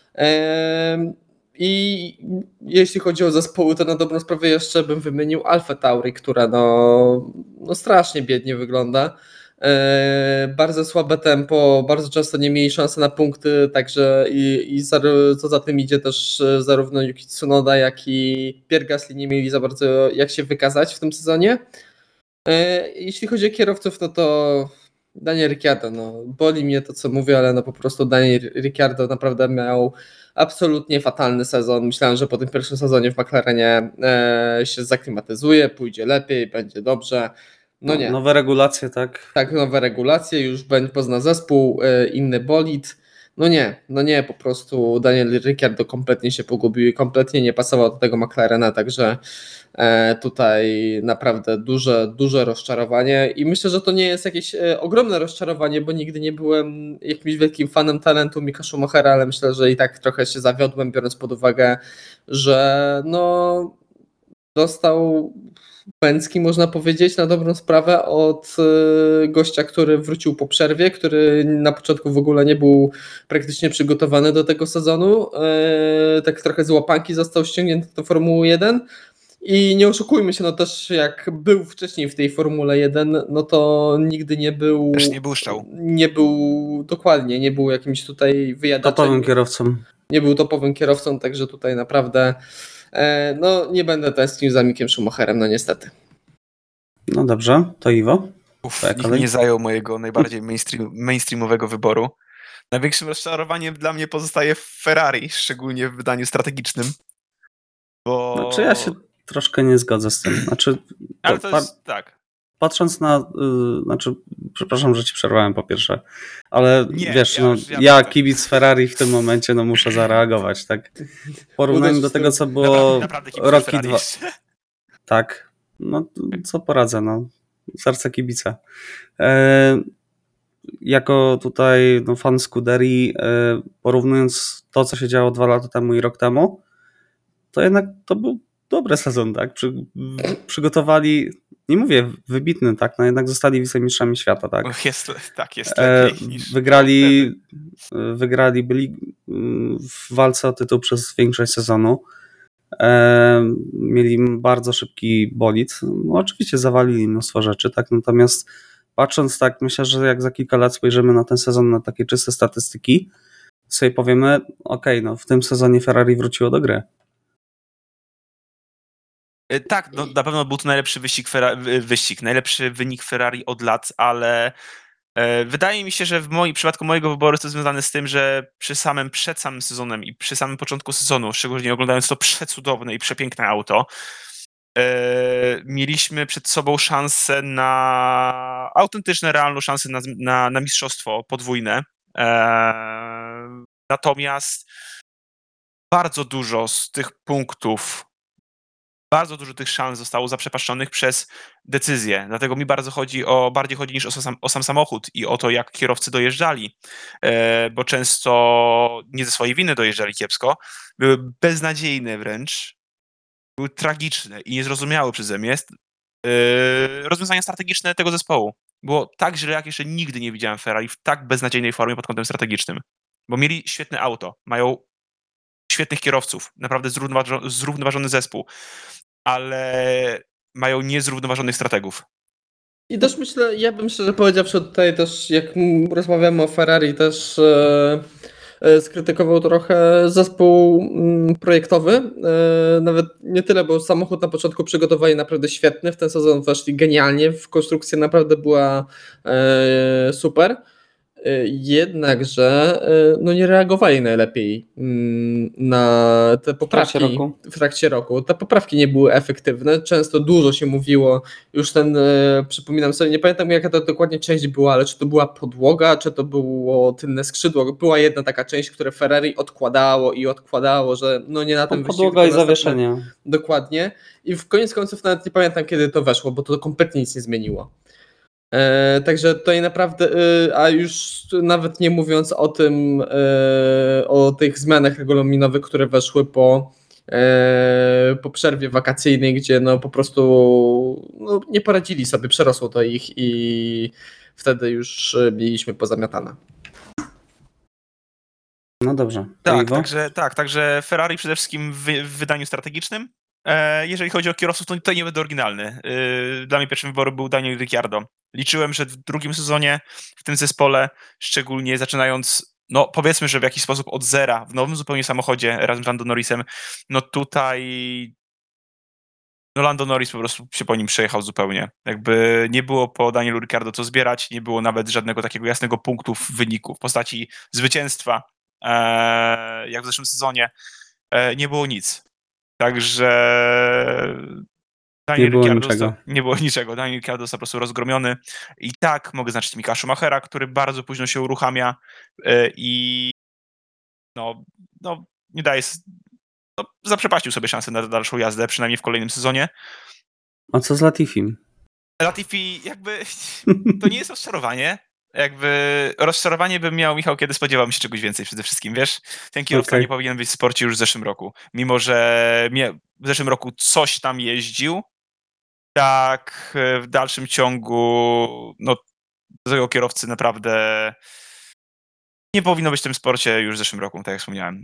I jeśli chodzi o zespoły, to na dobrą sprawę jeszcze bym wymienił Alfę Tauri, która no strasznie biednie wygląda. Bardzo słabe tempo, bardzo często nie mieli szansy na punkty, także co za tym idzie też zarówno Yuki Tsunoda, jak i Pierre Gasly nie mieli za bardzo jak się wykazać w tym sezonie. Jeśli chodzi o kierowców, no to Daniel Ricciardo, boli mnie to co mówię, ale po prostu Daniel Ricciardo naprawdę miał absolutnie fatalny sezon. Myślałem, że po tym pierwszym sezonie w McLarenie się zaklimatyzuje, pójdzie lepiej, będzie dobrze. No nie. Nowe regulacje, tak? Tak, nowe regulacje, już pozna zespół, inny bolid. No nie, po prostu Daniel Ricciardo kompletnie się pogubił i kompletnie nie pasował do tego McLarena, także tutaj naprawdę duże rozczarowanie i myślę, że to nie jest jakieś ogromne rozczarowanie, bo nigdy nie byłem jakimś wielkim fanem talentu Micka Schumachera, ale myślę, że i tak trochę się zawiodłem, biorąc pod uwagę, że dostał Bęcki, można powiedzieć, na dobrą sprawę od gościa, który wrócił po przerwie, który na początku w ogóle nie był praktycznie przygotowany do tego sezonu. Tak trochę z łapanki został ściągnięty do Formuły 1 i nie oszukujmy się, też jak był wcześniej w tej Formule 1, to nigdy nie był... Też nie błyszczał. Nie był, dokładnie, nie był jakimś tutaj wyjadaczem. Topowym kierowcą. Nie był topowym kierowcą, także tutaj naprawdę nie będę tęsknił za Mickiem Schumacherem, niestety. No dobrze, to Iwo? Nikt nie zajął mojego najbardziej mainstreamowego wyboru. Największym rozczarowaniem dla mnie pozostaje Ferrari, szczególnie w wydaniu strategicznym. Bo... Znaczy ja się troszkę nie zgodzę z tym. Ale to jest tak. Patrząc na... przepraszam, że ci przerwałem po pierwsze, ale nie, wiesz, ja kibic Ferrari w tym momencie muszę zareagować, tak? W porównaniu do tego, co było naprawdę roki dwa. Tak, co poradzę, serce kibica. Jako tutaj fan Scuderii, porównując to, co się działo 2 lata temu i rok temu, to jednak to był dobry sezon, tak? Przygotowali, nie mówię wybitny, tak? Jednak zostali wicemistrzami świata, tak? Jest lepiej niż... Wygrali, byli w walce o tytuł przez większość sezonu. Mieli bardzo szybki bolid. Oczywiście zawalili mnóstwo rzeczy, tak? Natomiast patrząc tak, myślę, że jak za kilka lat spojrzymy na ten sezon, na takie czyste statystyki, sobie powiemy, w tym sezonie Ferrari wróciło do gry. Tak, na pewno był to najlepszy najlepszy wynik Ferrari od lat, ale wydaje mi się, że w przypadku mojego wyboru jest to związane z tym, że przed samym sezonem i przy samym początku sezonu, szczególnie oglądając to przecudowne i przepiękne auto, mieliśmy przed sobą szansę na autentyczne, realną szansę na mistrzostwo podwójne. Natomiast bardzo dużo z tych punktów, bardzo dużo tych szans zostało zaprzepaszczonych przez decyzje. Dlatego mi bardziej chodzi niż o sam samochód i o to, jak kierowcy dojeżdżali, bo często nie ze swojej winy dojeżdżali kiepsko, były beznadziejne wręcz, były tragiczne i niezrozumiałe przeze mnie rozwiązania strategiczne tego zespołu. Było tak źle, jak jeszcze nigdy nie widziałem Ferrari w tak beznadziejnej formie pod kątem strategicznym. Bo mieli świetne auto, mają świetnych kierowców, naprawdę zrównoważony zespół, ale mają niezrównoważonych strategów. I też myślę, ja bym szczerze powiedziawszy tutaj też, jak rozmawiamy o Ferrari, też skrytykował trochę zespół projektowy. Nawet nie tyle, bo samochód na początku przygotowali naprawdę świetny, w ten sezon weszli genialnie, w konstrukcji naprawdę była super. Jednakże nie reagowali najlepiej na te poprawki w trakcie roku. Te poprawki nie były efektywne. Często dużo się mówiło, już przypominam sobie, nie pamiętam jaka to dokładnie część była, ale czy to była podłoga, czy to było tylne skrzydło. Była jedna taka część, które Ferrari odkładało, że nie na tym wyścigu. Podłoga i zawieszenie. Dokładnie. I w koniec końców nawet nie pamiętam kiedy to weszło, bo to kompletnie nic nie zmieniło. Także tutaj naprawdę, a już nawet nie mówiąc o tym, o tych zmianach regulaminowych, które weszły po przerwie wakacyjnej, gdzie no po prostu no, nie poradzili sobie, przerosło to ich i wtedy już mieliśmy pozamiatane. No dobrze. Tak, Iwo? także Ferrari przede wszystkim w wydaniu strategicznym. Jeżeli chodzi o kierowców, to nie będę oryginalny. Dla mnie pierwszym wyborem był Daniel Ricciardo. Liczyłem, że w drugim sezonie w tym zespole, szczególnie zaczynając, no powiedzmy, że w jakiś sposób od zera, w nowym zupełnie samochodzie razem z Lando Norrisem, no tutaj no Lando Norris po prostu się po nim przejechał zupełnie. Jakby nie było po Danielu Ricciardo co zbierać, nie było nawet żadnego takiego jasnego punktu w wyniku w postaci zwycięstwa, jak w zeszłym sezonie. Nie było nic. Także Nie było niczego. Nie było niczego. Daniel Ricciardo został po prostu rozgromiony. I tak mogę znaczyć Mika Schumachera, który bardzo późno się uruchamia i nie daje... zaprzepaścił sobie szansę na dalszą jazdę, przynajmniej w kolejnym sezonie. A co z Latifim? Latifi jakby to nie jest rozczarowanie. Jakby rozczarowanie bym miał, Michał, kiedy spodziewałem się czegoś więcej przede wszystkim, wiesz? Ten kierowca nie powinien być w sporcie już w zeszłym roku. Mimo, że w zeszłym roku coś tam jeździł, tak w dalszym ciągu no do tego kierowcy naprawdę nie powinno być w tym sporcie już w zeszłym roku, tak jak wspomniałem.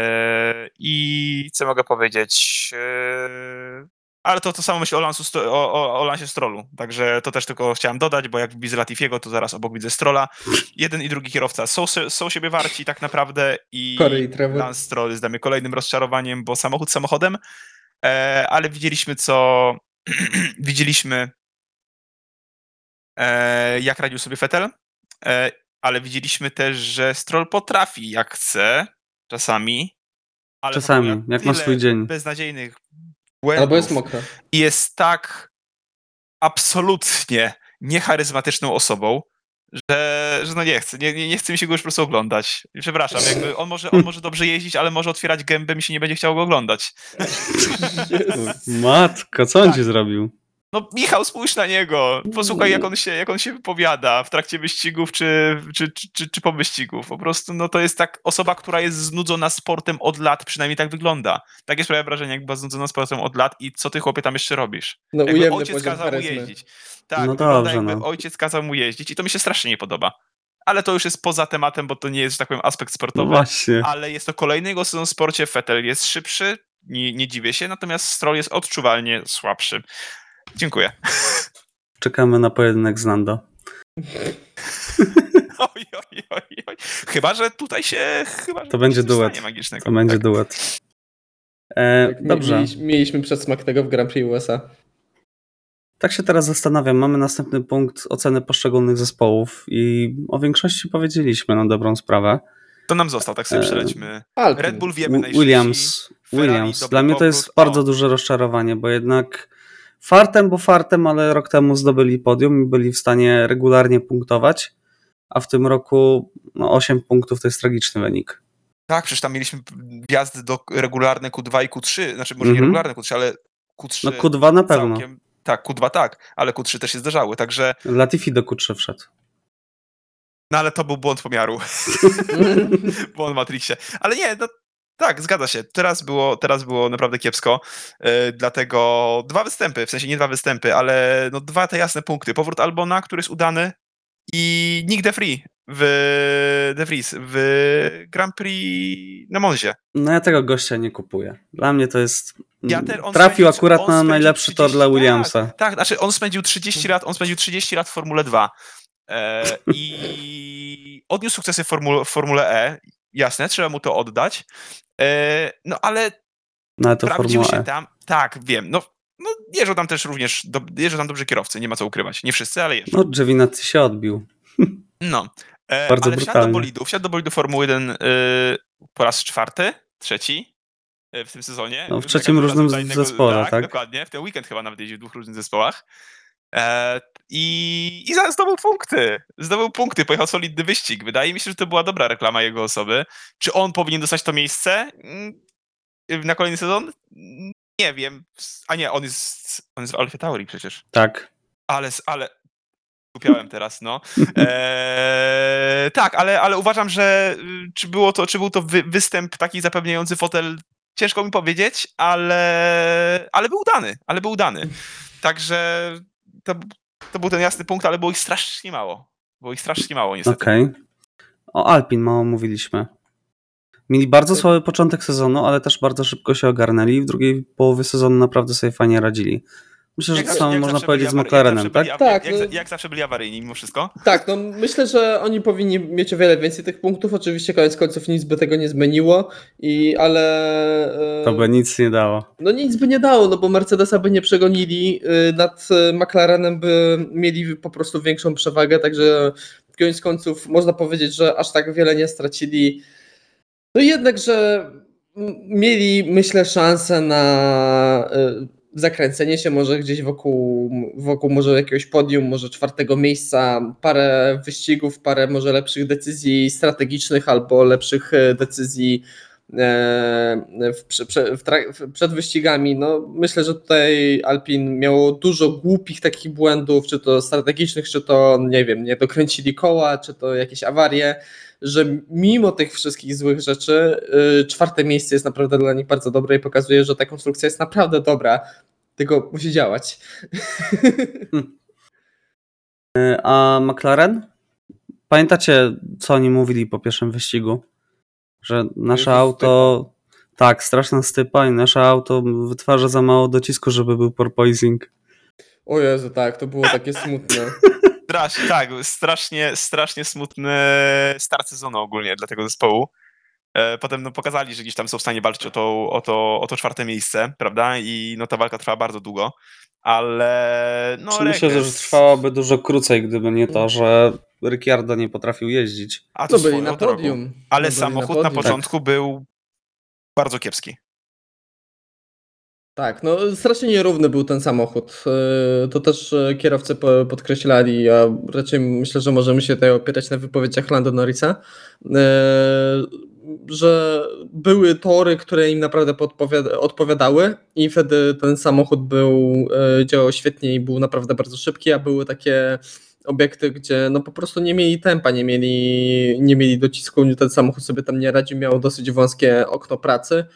I co mogę powiedzieć? Ale to samo myślę o Lansie Strollu, także to też tylko chciałem dodać, bo jak widzę Latifiego, to zaraz obok widzę Strolla. Jeden i drugi kierowca są siebie warci tak naprawdę i Lance Stroll jest dla mnie kolejnym rozczarowaniem, bo samochód samochodem, ale widzieliśmy widzieliśmy jak radził sobie Vettel, ale widzieliśmy też, że Stroll potrafi jak chce czasami, ale czasami, jak ma swój dzień. Beznadziejnych błędów. Albo jest mokro. I jest tak absolutnie niecharyzmatyczną osobą, że no nie chce mi się go już po prostu oglądać. Przepraszam, jakby on może dobrze jeździć, ale może otwierać gębę, mi się nie będzie chciało go oglądać. Matko, co on ci zrobił? No Michał, spójrz na niego. Posłuchaj, jak on się wypowiada w trakcie wyścigów czy po wyścigów. Po prostu no to jest tak osoba, która jest znudzona sportem od lat, przynajmniej tak wygląda. Takie sprawia wrażenie, jak była znudzona sportem od lat i co ty, chłopie, tam jeszcze robisz? No jakby ojciec kazał mu charyzmy. jeździć. Tak, No wygląda dobrze, jakby no. ojciec kazał mu jeździć i to mi się strasznie nie podoba. Ale to już jest poza tematem, bo to nie jest, że tak powiem, aspekt No sportowy. właśnie. Ale jest to kolejny jego sezon w sporcie. Vettel jest szybszy, nie dziwię się, natomiast Stroll jest odczuwalnie słabszy. Dziękuję. Czekamy na pojedynek z Lando. Oj. Chyba, że tutaj się... To będzie duet. Magicznego. To będzie tak. duet. Tak, Dobrze. Mieliśmy przedsmak tego w Grand Prix USA. Tak się teraz zastanawiam. Mamy następny punkt oceny poszczególnych zespołów i o większości powiedzieliśmy na dobrą sprawę. To nam został, tak sobie przelećmy. Alpine. Red Bull wiemy najszybciej. Williams. Dla mnie to jest bardzo duże rozczarowanie, bo jednak fartem, ale rok temu zdobyli podium i byli w stanie regularnie punktować, a w tym roku 8 punktów to jest tragiczny wynik. Tak, przecież tam mieliśmy wjazdy do regularne Q2 i Q3, znaczy może nie regularne Q3, ale Q3 No Q2 na pewno. Tak, Q2 tak, ale Q3 też się zdarzały, także... Latifi do Q3 wszedł. No ale to był błąd pomiaru. Błąd w Matrixie. Ale nie, no tak, zgadza się. Teraz było naprawdę kiepsko. Dlatego 2 występy, w sensie nie 2 występy, ale no 2 te jasne punkty. Powrót Albona, który jest udany i Nick De Vries w Grand Prix na Monzie. No ja tego gościa nie kupuję. Dla mnie to jest... On trafił akurat na najlepszy tor dla Williamsa. Tak, znaczy on spędził 30 lat w Formule 2 i odniósł sukcesy w Formule E. Jasne, trzeba mu to oddać. No ale to sprawdził się E. tam. Tak, wiem. No jeżdżą tam też również, jeżdżą tam dobrzy kierowcy, nie ma co ukrywać. Nie wszyscy, ale jeżdżą. No Giovinazzi się odbił. No. Bardzo ale brutalnie. wsiadł do bolidu Formuły 1 po raz 4, 3 w tym sezonie. No, w trzecim różnym zespole, tak? Dokładnie. W ten weekend chyba nawet jeździł w 2 różnych zespołach. I zdobył punkty, pojechał solidny wyścig. Wydaje mi się, że to była dobra reklama jego osoby. Czy on powinien dostać to miejsce na kolejny sezon? Nie wiem. A nie, on jest w Alfie Tauri przecież. Tak. Ale skupiałem teraz, no. Tak, ale uważam, że czy był to występ taki zapewniający fotel, ciężko mi powiedzieć, ale był udany. Także to był ten jasny punkt, ale było ich strasznie mało. Niestety. Okej. O Alpin mało mówiliśmy. Mieli bardzo słaby początek sezonu, ale też bardzo szybko się ogarnęli. W drugiej połowie sezonu naprawdę sobie fajnie radzili. Myślę, że to samo można powiedzieć z McLarenem, tak? Tak, Jak zawsze byli awaryjni mimo wszystko. Tak, no myślę, że oni powinni mieć o wiele więcej tych punktów. Oczywiście koniec końców nic by tego nie zmieniło, ale... To by nic nie dało. No nic by nie dało, no bo Mercedesa by nie przegonili, nad McLarenem by mieli po prostu większą przewagę, także koniec końców można powiedzieć, że aż tak wiele nie stracili. No jednak, że mieli, myślę, szansę na zakręcenie się może gdzieś wokół może jakiegoś podium, może 4. miejsca, parę wyścigów, parę może lepszych decyzji strategicznych albo lepszych decyzji przed wyścigami. No, myślę, że tutaj Alpin miało dużo głupich takich błędów, czy to strategicznych, czy to, nie wiem, nie dokręcili koła, czy to jakieś awarie, że mimo tych wszystkich złych rzeczy 4. miejsce jest naprawdę dla nich bardzo dobre i pokazuje, że ta konstrukcja jest naprawdę dobra, tylko musi działać. A McLaren? Pamiętacie, co oni mówili po pierwszym wyścigu? Że nasze auto... Tak, straszna stypa i nasze auto wytwarza za mało docisku, żeby był porpoising. O Jezu, tak, to było takie smutne. Tak, strasznie smutny start sezonu ogólnie dla tego zespołu. Potem pokazali, że gdzieś tam są w stanie walczyć o to 4. miejsce, prawda? I ta walka trwała bardzo długo, ale Myślę, że trwałaby dużo krócej, gdyby nie to, że Ricciardo nie potrafił jeździć. A to byli na podium. Ale samochód na początku był bardzo kiepski. Tak, no strasznie nierówny był ten samochód. To też kierowcy podkreślali, a raczej myślę, że możemy się tutaj opierać na wypowiedziach Lando Norrisa, że były tory, które im naprawdę odpowiadały i wtedy ten samochód działał świetnie i był naprawdę bardzo szybki, a były takie obiekty, gdzie no po prostu nie mieli tempa, nie mieli docisku, ten samochód sobie tam nie radził, miał dosyć wąskie okno pracy.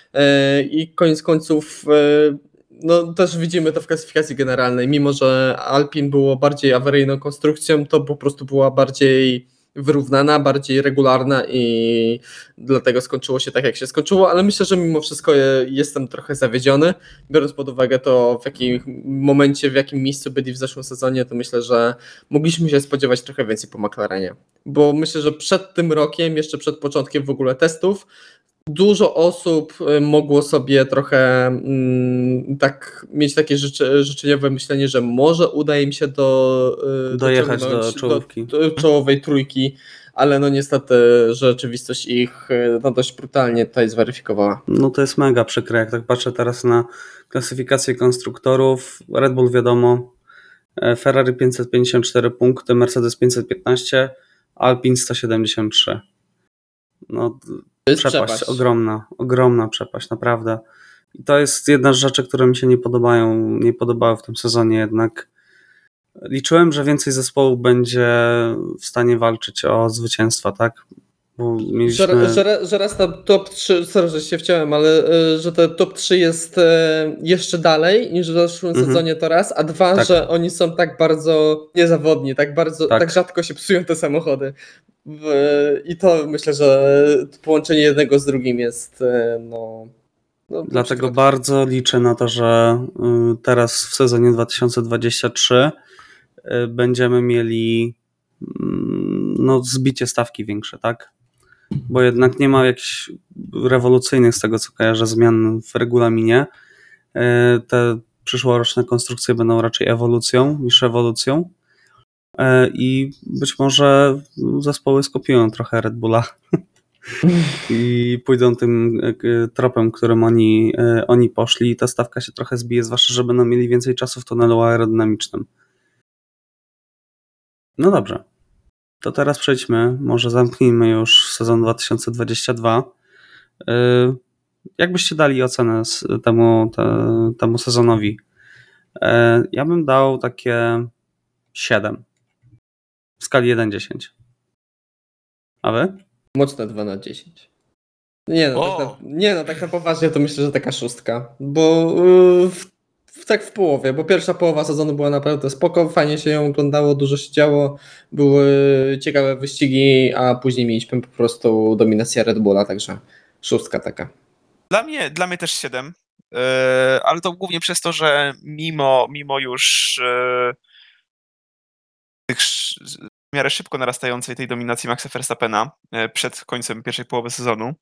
I koniec końców no też widzimy to w klasyfikacji generalnej, mimo że Alpin było bardziej awaryjną konstrukcją, to po prostu była bardziej wyrównana, bardziej regularna i dlatego skończyło się tak, jak się skończyło, ale myślę, że mimo wszystko jestem trochę zawiedziony, biorąc pod uwagę to, w jakim momencie, w jakim miejscu byli w zeszłym sezonie, to myślę, że mogliśmy się spodziewać trochę więcej po McLarenie, bo myślę, że przed tym rokiem, jeszcze przed początkiem w ogóle testów, dużo osób mogło sobie trochę tak mieć takie życzeniowe myślenie, że może uda im się dojechać do czołówki. Do czołowej trójki, ale no niestety rzeczywistość ich dość brutalnie tutaj zweryfikowała. No to jest mega przykre, jak tak patrzę teraz na klasyfikację konstruktorów. Red Bull wiadomo, Ferrari 554 punkty, Mercedes 515, Alpine 173. No przepaść, ogromna przepaść, naprawdę. I to jest jedna z rzeczy, które mi się nie podobały w tym sezonie jednak. Liczyłem, że więcej zespołów będzie w stanie walczyć o zwycięstwa, tak? Bo mieliśmy... że raz ta top 3, sorry, że się wciąłem, ale że te top 3 jest jeszcze dalej niż w zeszłym sezonie to raz, a dwa, tak. że oni są tak bardzo niezawodni, tak rzadko się psują te samochody. I to myślę, że połączenie jednego z drugim jest Dlatego bardzo liczę na to, że teraz w sezonie 2023 będziemy mieli zbicie stawki większe, tak? Bo jednak nie ma jakichś rewolucyjnych, z tego co kojarzę, zmian w regulaminie. Te przyszłoroczne konstrukcje będą raczej ewolucją niż rewolucją. I być może zespoły skopiują trochę Red Bulla i pójdą tym tropem, którym oni poszli i ta stawka się trochę zbije, zwłaszcza, że będą mieli więcej czasu w tunelu aerodynamicznym. No dobrze, to teraz przejdźmy, może zamknijmy już sezon 2022. Jak byście dali ocenę temu sezonowi? Ja bym dał takie 7. W skali 1-10. A wy? Mocne 2/10. Nie no, tak na poważnie to myślę, że taka 6. Bo tak w połowie, bo pierwsza połowa sezonu była naprawdę spoko, fajnie się ją oglądało, dużo się działo, były ciekawe wyścigi, a później mieliśmy po prostu dominację Red Bulla, także 6 taka. Dla mnie też 7, ale to głównie przez to, że mimo już w miarę szybko narastającej tej dominacji Maxa Verstappena przed końcem pierwszej połowy sezonu,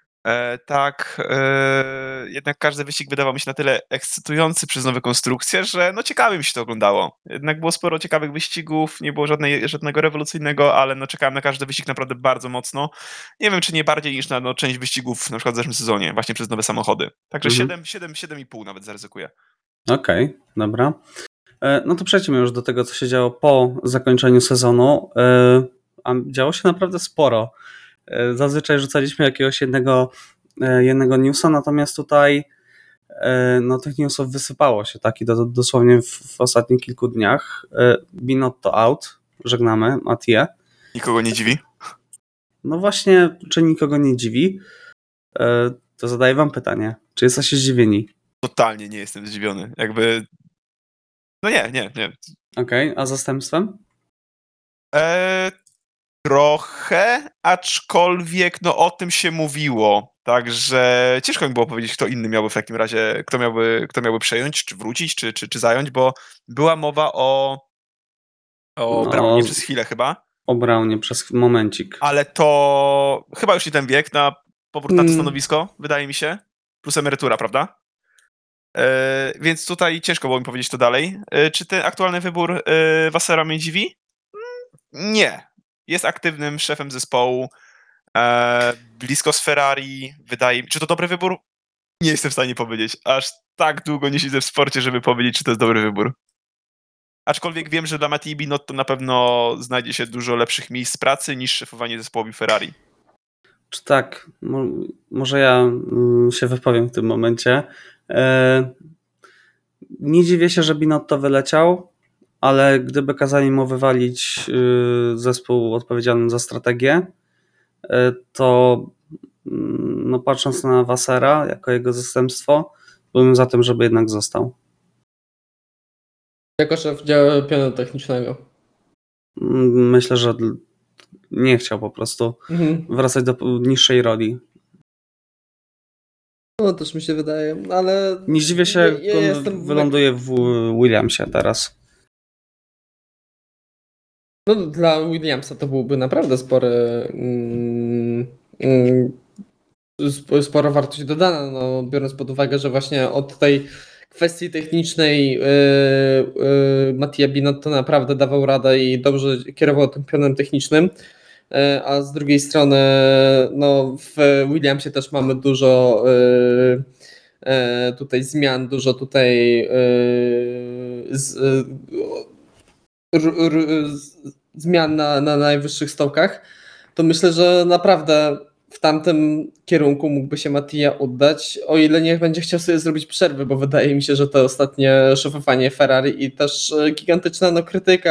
jednak każdy wyścig wydawał mi się na tyle ekscytujący przez nowe konstrukcje, że no ciekawie mi się to oglądało. Jednak było sporo ciekawych wyścigów, nie było żadnego rewolucyjnego, ale no czekałem na każdy wyścig naprawdę bardzo mocno. Nie wiem, czy nie bardziej niż na część wyścigów na przykład w zeszłym sezonie, właśnie przez nowe samochody. Także 7,5 nawet zaryzykuję. Okej, dobra. No to przejdźmy już do tego, co się działo po zakończeniu sezonu. A działo się naprawdę sporo. Zazwyczaj rzucaliśmy jakiegoś jednego newsa, natomiast tutaj no, tych newsów wysypało się tak i dosłownie w ostatnich kilku dniach. Binotto out, żegnamy Mathieu. Nikogo nie dziwi? No właśnie, czy nikogo nie dziwi? To zadaję wam pytanie, czy jesteście zdziwieni? Totalnie nie jestem zdziwiony. Jakby... No nie. Okej, a zastępstwem? Trochę, aczkolwiek no o tym się mówiło, także ciężko mi było powiedzieć, kto inny miałby w takim razie, kto miałby przejąć, czy wrócić, czy zająć, bo była mowa o Brownie przez chwilę chyba. O Brownie przez momencik. Ale to chyba już nie ten wiek na powrót na to stanowisko, wydaje mi się, plus emerytura, prawda? Więc tutaj ciężko było mi powiedzieć to dalej. Czy ten aktualny wybór Vassera mnie dziwi? Nie. Jest aktywnym szefem zespołu, blisko z Ferrari, wydaje mi się. Czy to dobry wybór? Nie jestem w stanie powiedzieć. Aż tak długo nie siedzę w sporcie, żeby powiedzieć, czy to jest dobry wybór. Aczkolwiek wiem, że dla Mattii Binotto na pewno znajdzie się dużo lepszych miejsc pracy niż szefowanie zespołowi Ferrari. Czy tak? Może ja się wypowiem w tym momencie. Nie dziwię się, że Binotto wyleciał, ale gdyby kazali mu wywalić zespół odpowiedzialny za strategię, to no patrząc na Vassera jako jego zastępstwo, byłem za tym, żeby jednak został. Jako szef działu pionu technicznego. Myślę, że nie chciał po prostu wracać do niższej roli. No też mi się wydaje, ale... Nie dziwię się, wyląduje w Williamsie teraz. No dla Williamsa to byłby naprawdę spora wartość dodana, no, biorąc pod uwagę, że właśnie od tej kwestii technicznej Mattia Binotto naprawdę dawał radę i dobrze kierował tym pionem technicznym, a z drugiej strony no, w Williamsie też mamy dużo tutaj zmian, dużo tutaj zmian na najwyższych stołkach, to myślę, że naprawdę w tamtym kierunku mógłby się Mattia oddać, o ile nie będzie chciał sobie zrobić przerwy, bo wydaje mi się, że to ostatnie szefowanie Ferrari i też gigantyczna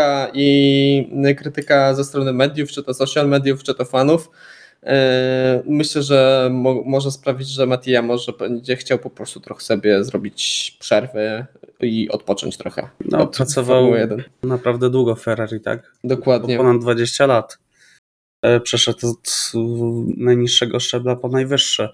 krytyka ze strony mediów, czy to social mediów, czy to fanów, myślę, że może sprawić, że Mattia może będzie chciał po prostu trochę sobie zrobić przerwy i odpocząć trochę. No, pracował naprawdę długo w Ferrari, tak? Dokładnie. Po ponad 20 lat. Przeszedł od najniższego szczebla po najwyższy.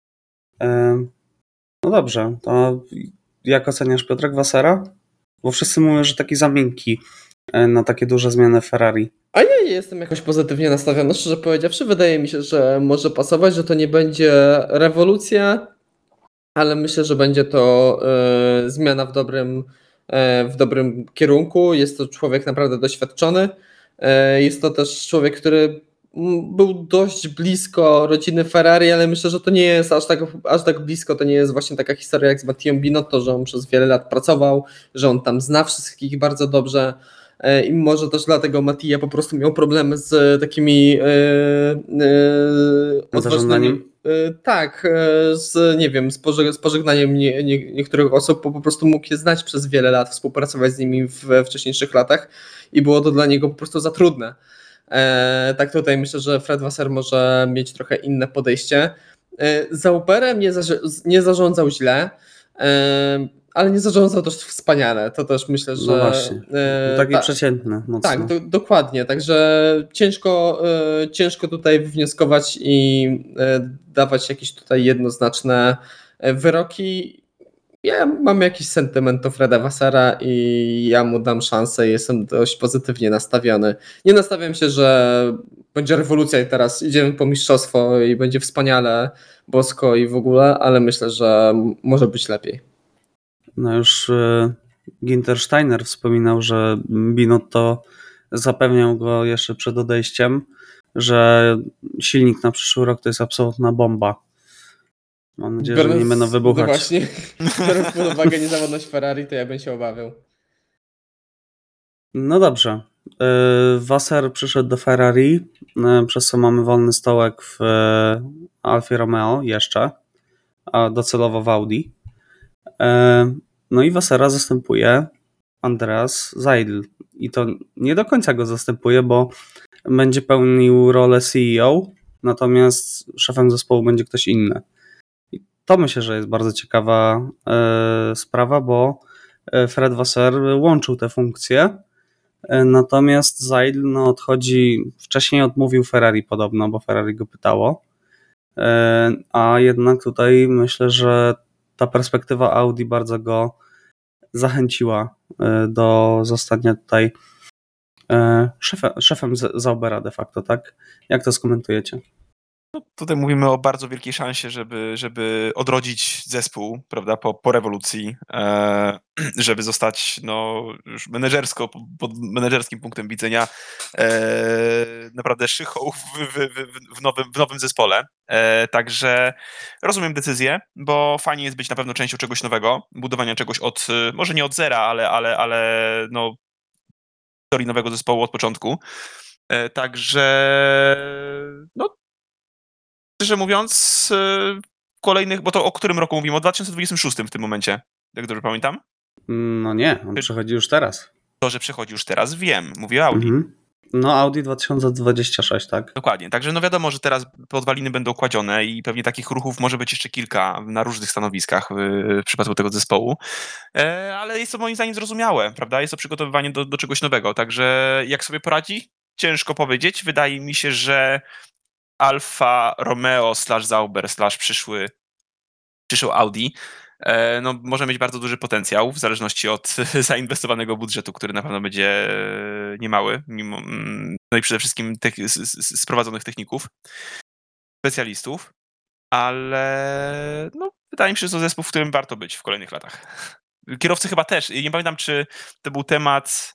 No dobrze, to jak oceniasz Piotrek Vassera? Bo wszyscy mówią, że taki za miękki na takie duże zmiany w Ferrari. A ja nie jestem jakoś pozytywnie nastawiony, szczerze powiedziawszy. Wydaje mi się, że może pasować, że to nie będzie rewolucja, ale myślę, że będzie to zmiana w dobrym kierunku. Jest to człowiek naprawdę doświadczony. Jest to też człowiek, który był dość blisko rodziny Ferrari, ale myślę, że to nie jest aż tak blisko, to nie jest właśnie taka historia jak z Mattią Binotto, że on przez wiele lat pracował, że on tam zna wszystkich bardzo dobrze i może też dlatego Mattia po prostu miał problemy z takimi Tak, nie wiem, z pożegnaniem niektórych osób, bo po prostu mógł je znać przez wiele lat, współpracować z nimi we wcześniejszych latach i było to dla niego po prostu za trudne. Tak tutaj myślę, że Fred Vasseur może mieć trochę inne podejście. Zauberem nie zarządzał źle, ale nie zarządzał też wspaniale. To też myślę, że... No właśnie, taki przeciętny mocno. Tak, dokładnie. Także ciężko tutaj wnioskować i dawać jakieś tutaj jednoznaczne wyroki. Ja mam jakiś sentyment do Freda Vasseura i ja mu dam szansę. Jestem dość pozytywnie nastawiony. Nie nastawiam się, że będzie rewolucja i teraz idziemy po mistrzostwo i będzie wspaniale, bosko i w ogóle, ale myślę, że może być lepiej. No już Ginter Steiner wspominał, że Binotto zapewniał go jeszcze przed odejściem, że silnik na przyszły rok to jest absolutna bomba. Mam nadzieję, że nie będą wybuchać. No właśnie, biorąc pod uwagę niezawodność Ferrari, to ja bym się obawiał. No dobrze. Vasseur przyszedł do Ferrari, przez co mamy wolny stołek w Alfie Romeo jeszcze, a docelowo w Audi. No i Vasseura zastępuje Andreas Seidl. I to nie do końca go zastępuje, bo będzie pełnił rolę CEO, natomiast szefem zespołu będzie ktoś inny. I to myślę, że jest bardzo ciekawa sprawa, bo Fred Vasseur łączył te funkcje, natomiast Seidl odchodzi, wcześniej odmówił Ferrari podobno, bo Ferrari go pytało, a jednak tutaj myślę, że ta perspektywa Audi bardzo go zachęciła do zostania tutaj szefem Zaubera de facto, tak? Jak to skomentujecie? No, tutaj mówimy o bardzo wielkiej szansie, żeby odrodzić zespół, prawda, po rewolucji, żeby zostać już menedżersko, pod menedżerskim punktem widzenia naprawdę szychą w nowym zespole. Także rozumiem decyzję, bo fajnie jest być na pewno częścią czegoś nowego, budowania czegoś może nie od zera, ale historii nowego zespołu od początku. Także szczerze mówiąc, kolejnych, bo to o którym roku mówimy? O 2026 w tym momencie, jak dobrze pamiętam? No nie, on przychodzi już teraz. To, że przychodzi już teraz, wiem. Mówię o Audi. No Audi 2026, tak? Dokładnie. Także wiadomo, że teraz podwaliny będą kładzione i pewnie takich ruchów może być jeszcze kilka na różnych stanowiskach w przypadku tego zespołu. Ale jest to moim zdaniem zrozumiałe, prawda? Jest to przygotowywanie do czegoś nowego. Także jak sobie poradzi? Ciężko powiedzieć. Wydaje mi się, że Alfa Romeo /Sauber przyszły Audi może mieć bardzo duży potencjał w zależności od zainwestowanego budżetu, który na pewno będzie niemały, no i przede wszystkim sprowadzonych techników, specjalistów, ale wydaje mi się, że to zespół, w którym warto być w kolejnych latach. Kierowcy chyba też. Nie pamiętam, czy to był temat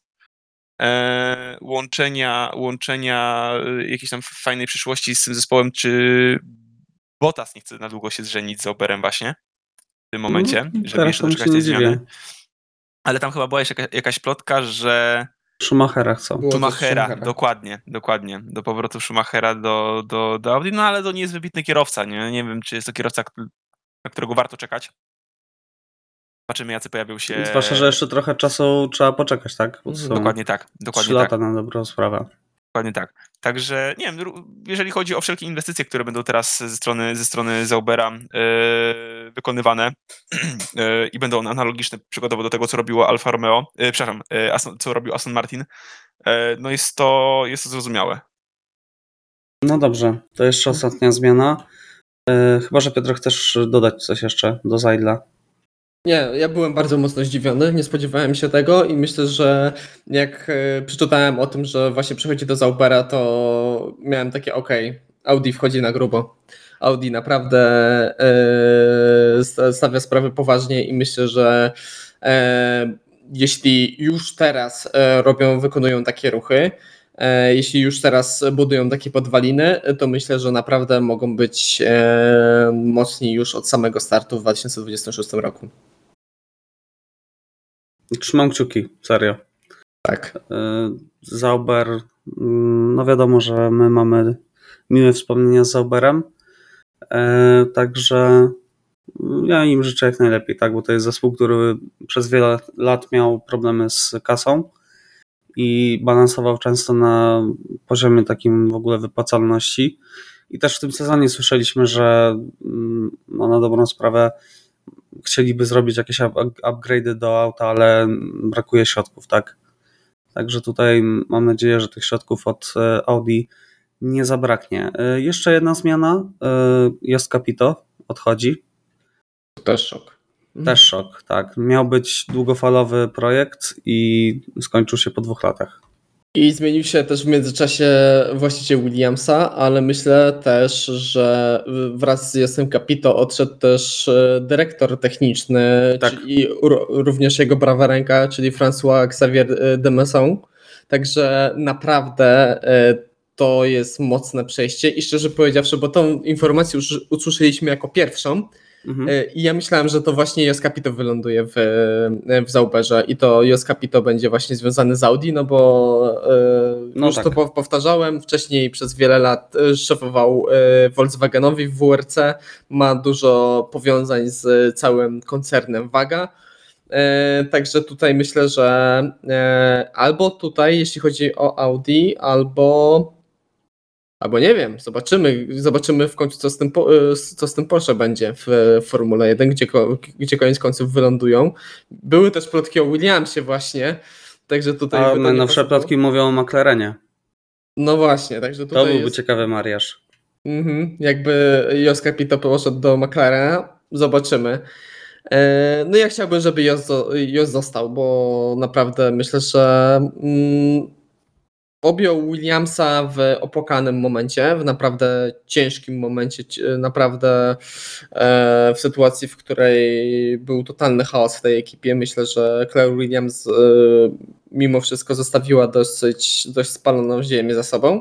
łączenia jakiejś tam fajnej przyszłości z tym zespołem, czy Bottas nie chce na długo się zżenić z Sauberem właśnie w tym momencie, żeby jeszcze doczekać tej zmiany. Ale tam chyba była jeszcze jakaś plotka, że Schumachera chcą. Schumachera, dokładnie. Do powrotu Schumachera do Audi, ale to nie jest wybitny kierowca, nie wiem, czy jest to kierowca, na którego warto czekać. Zobaczymy, jacy pojawią się... Zwłaszcza, że jeszcze trochę czasu trzeba poczekać, tak? Dokładnie tak. 3 lata na dobrą sprawę. Dokładnie tak. Także, nie wiem, jeżeli chodzi o wszelkie inwestycje, które będą teraz ze strony Zaubera wykonywane i będą one analogiczne przykładowo do tego, co robiło Alfa Romeo, co robił Aston Martin, jest to zrozumiałe. No dobrze, to jeszcze ostatnia zmiana. Chyba, że Piotr chcesz dodać coś jeszcze do Seidla. Nie, ja byłem bardzo mocno zdziwiony, nie spodziewałem się tego i myślę, że jak przeczytałem o tym, że właśnie przychodzi do Zaubera, to miałem takie Audi wchodzi na grubo. Audi naprawdę stawia sprawy poważnie i myślę, że jeśli już teraz wykonują takie ruchy, jeśli już teraz budują takie podwaliny, to myślę, że naprawdę mogą być mocni już od samego startu w 2026 roku. Trzymam kciuki, serio. Tak. Sauber, wiadomo, że my mamy miłe wspomnienia z Sauberem. Także ja im życzę jak najlepiej, tak, bo to jest zespół, który przez wiele lat miał problemy z kasą i balansował często na poziomie takim w ogóle wypłacalności. I też w tym sezonie słyszeliśmy, że na dobrą sprawę chcieliby zrobić jakieś upgrade'y do auta, ale brakuje środków, tak? Także tutaj mam nadzieję, że tych środków od Audi nie zabraknie. Jeszcze jedna zmiana. Jost Capito odchodzi. Też szok. Też szok, tak. Miał być długofalowy projekt i skończył się po 2 latach. I zmienił się też w międzyczasie właściciel Williamsa, ale myślę też, że wraz z Josem Capito odszedł też dyrektor techniczny, Tak. i również jego prawa ręka, czyli François Xavier de Messon. Także naprawdę to jest mocne przejście i szczerze powiedziawszy, bo tą informację już usłyszeliśmy jako pierwszą, i ja myślałem, że to właśnie Jos Capito wyląduje w Sauberze i to Jos Capito będzie właśnie związany z Audi, no bo już tak. to powtarzałem, wcześniej przez wiele lat szefował Volkswagenowi w WRC, ma dużo powiązań z całym koncernem Waga. Także tutaj myślę, że albo tutaj, jeśli chodzi o Audi, albo nie wiem, zobaczymy w końcu, co z tym Porsche będzie w Formule 1, gdzie koniec końców wylądują. Były też plotki o Williamsie właśnie, także tutaj... A najnowsze plotki mówią o McLarenie. No właśnie, także tutaj to byłby ciekawy mariaż. Jakby Jos Capito poszedł do McLarena, zobaczymy. No ja chciałbym, żeby Jos został, bo naprawdę myślę, że objął Williamsa w opłakanym momencie, w naprawdę ciężkim momencie, naprawdę w sytuacji, w której był totalny chaos w tej ekipie. Myślę, że Claire Williams mimo wszystko zostawiła dość spaloną ziemię za sobą.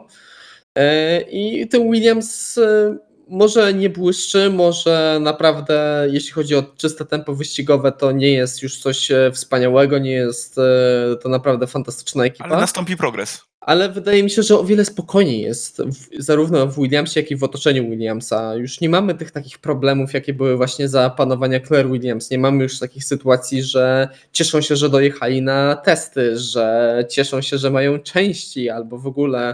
I ten Williams może nie błyszczy, może naprawdę, jeśli chodzi o czyste tempo wyścigowe, to nie jest już coś wspaniałego, nie jest to naprawdę fantastyczna ekipa. Ale nastąpi progres. Ale wydaje mi się, że o wiele spokojniej jest zarówno w Williamsie, jak i w otoczeniu Williamsa. Już nie mamy tych takich problemów, jakie były właśnie za panowania Claire Williams. Nie mamy już takich sytuacji, że cieszą się, że dojechali na testy, że cieszą się, że mają części, albo w ogóle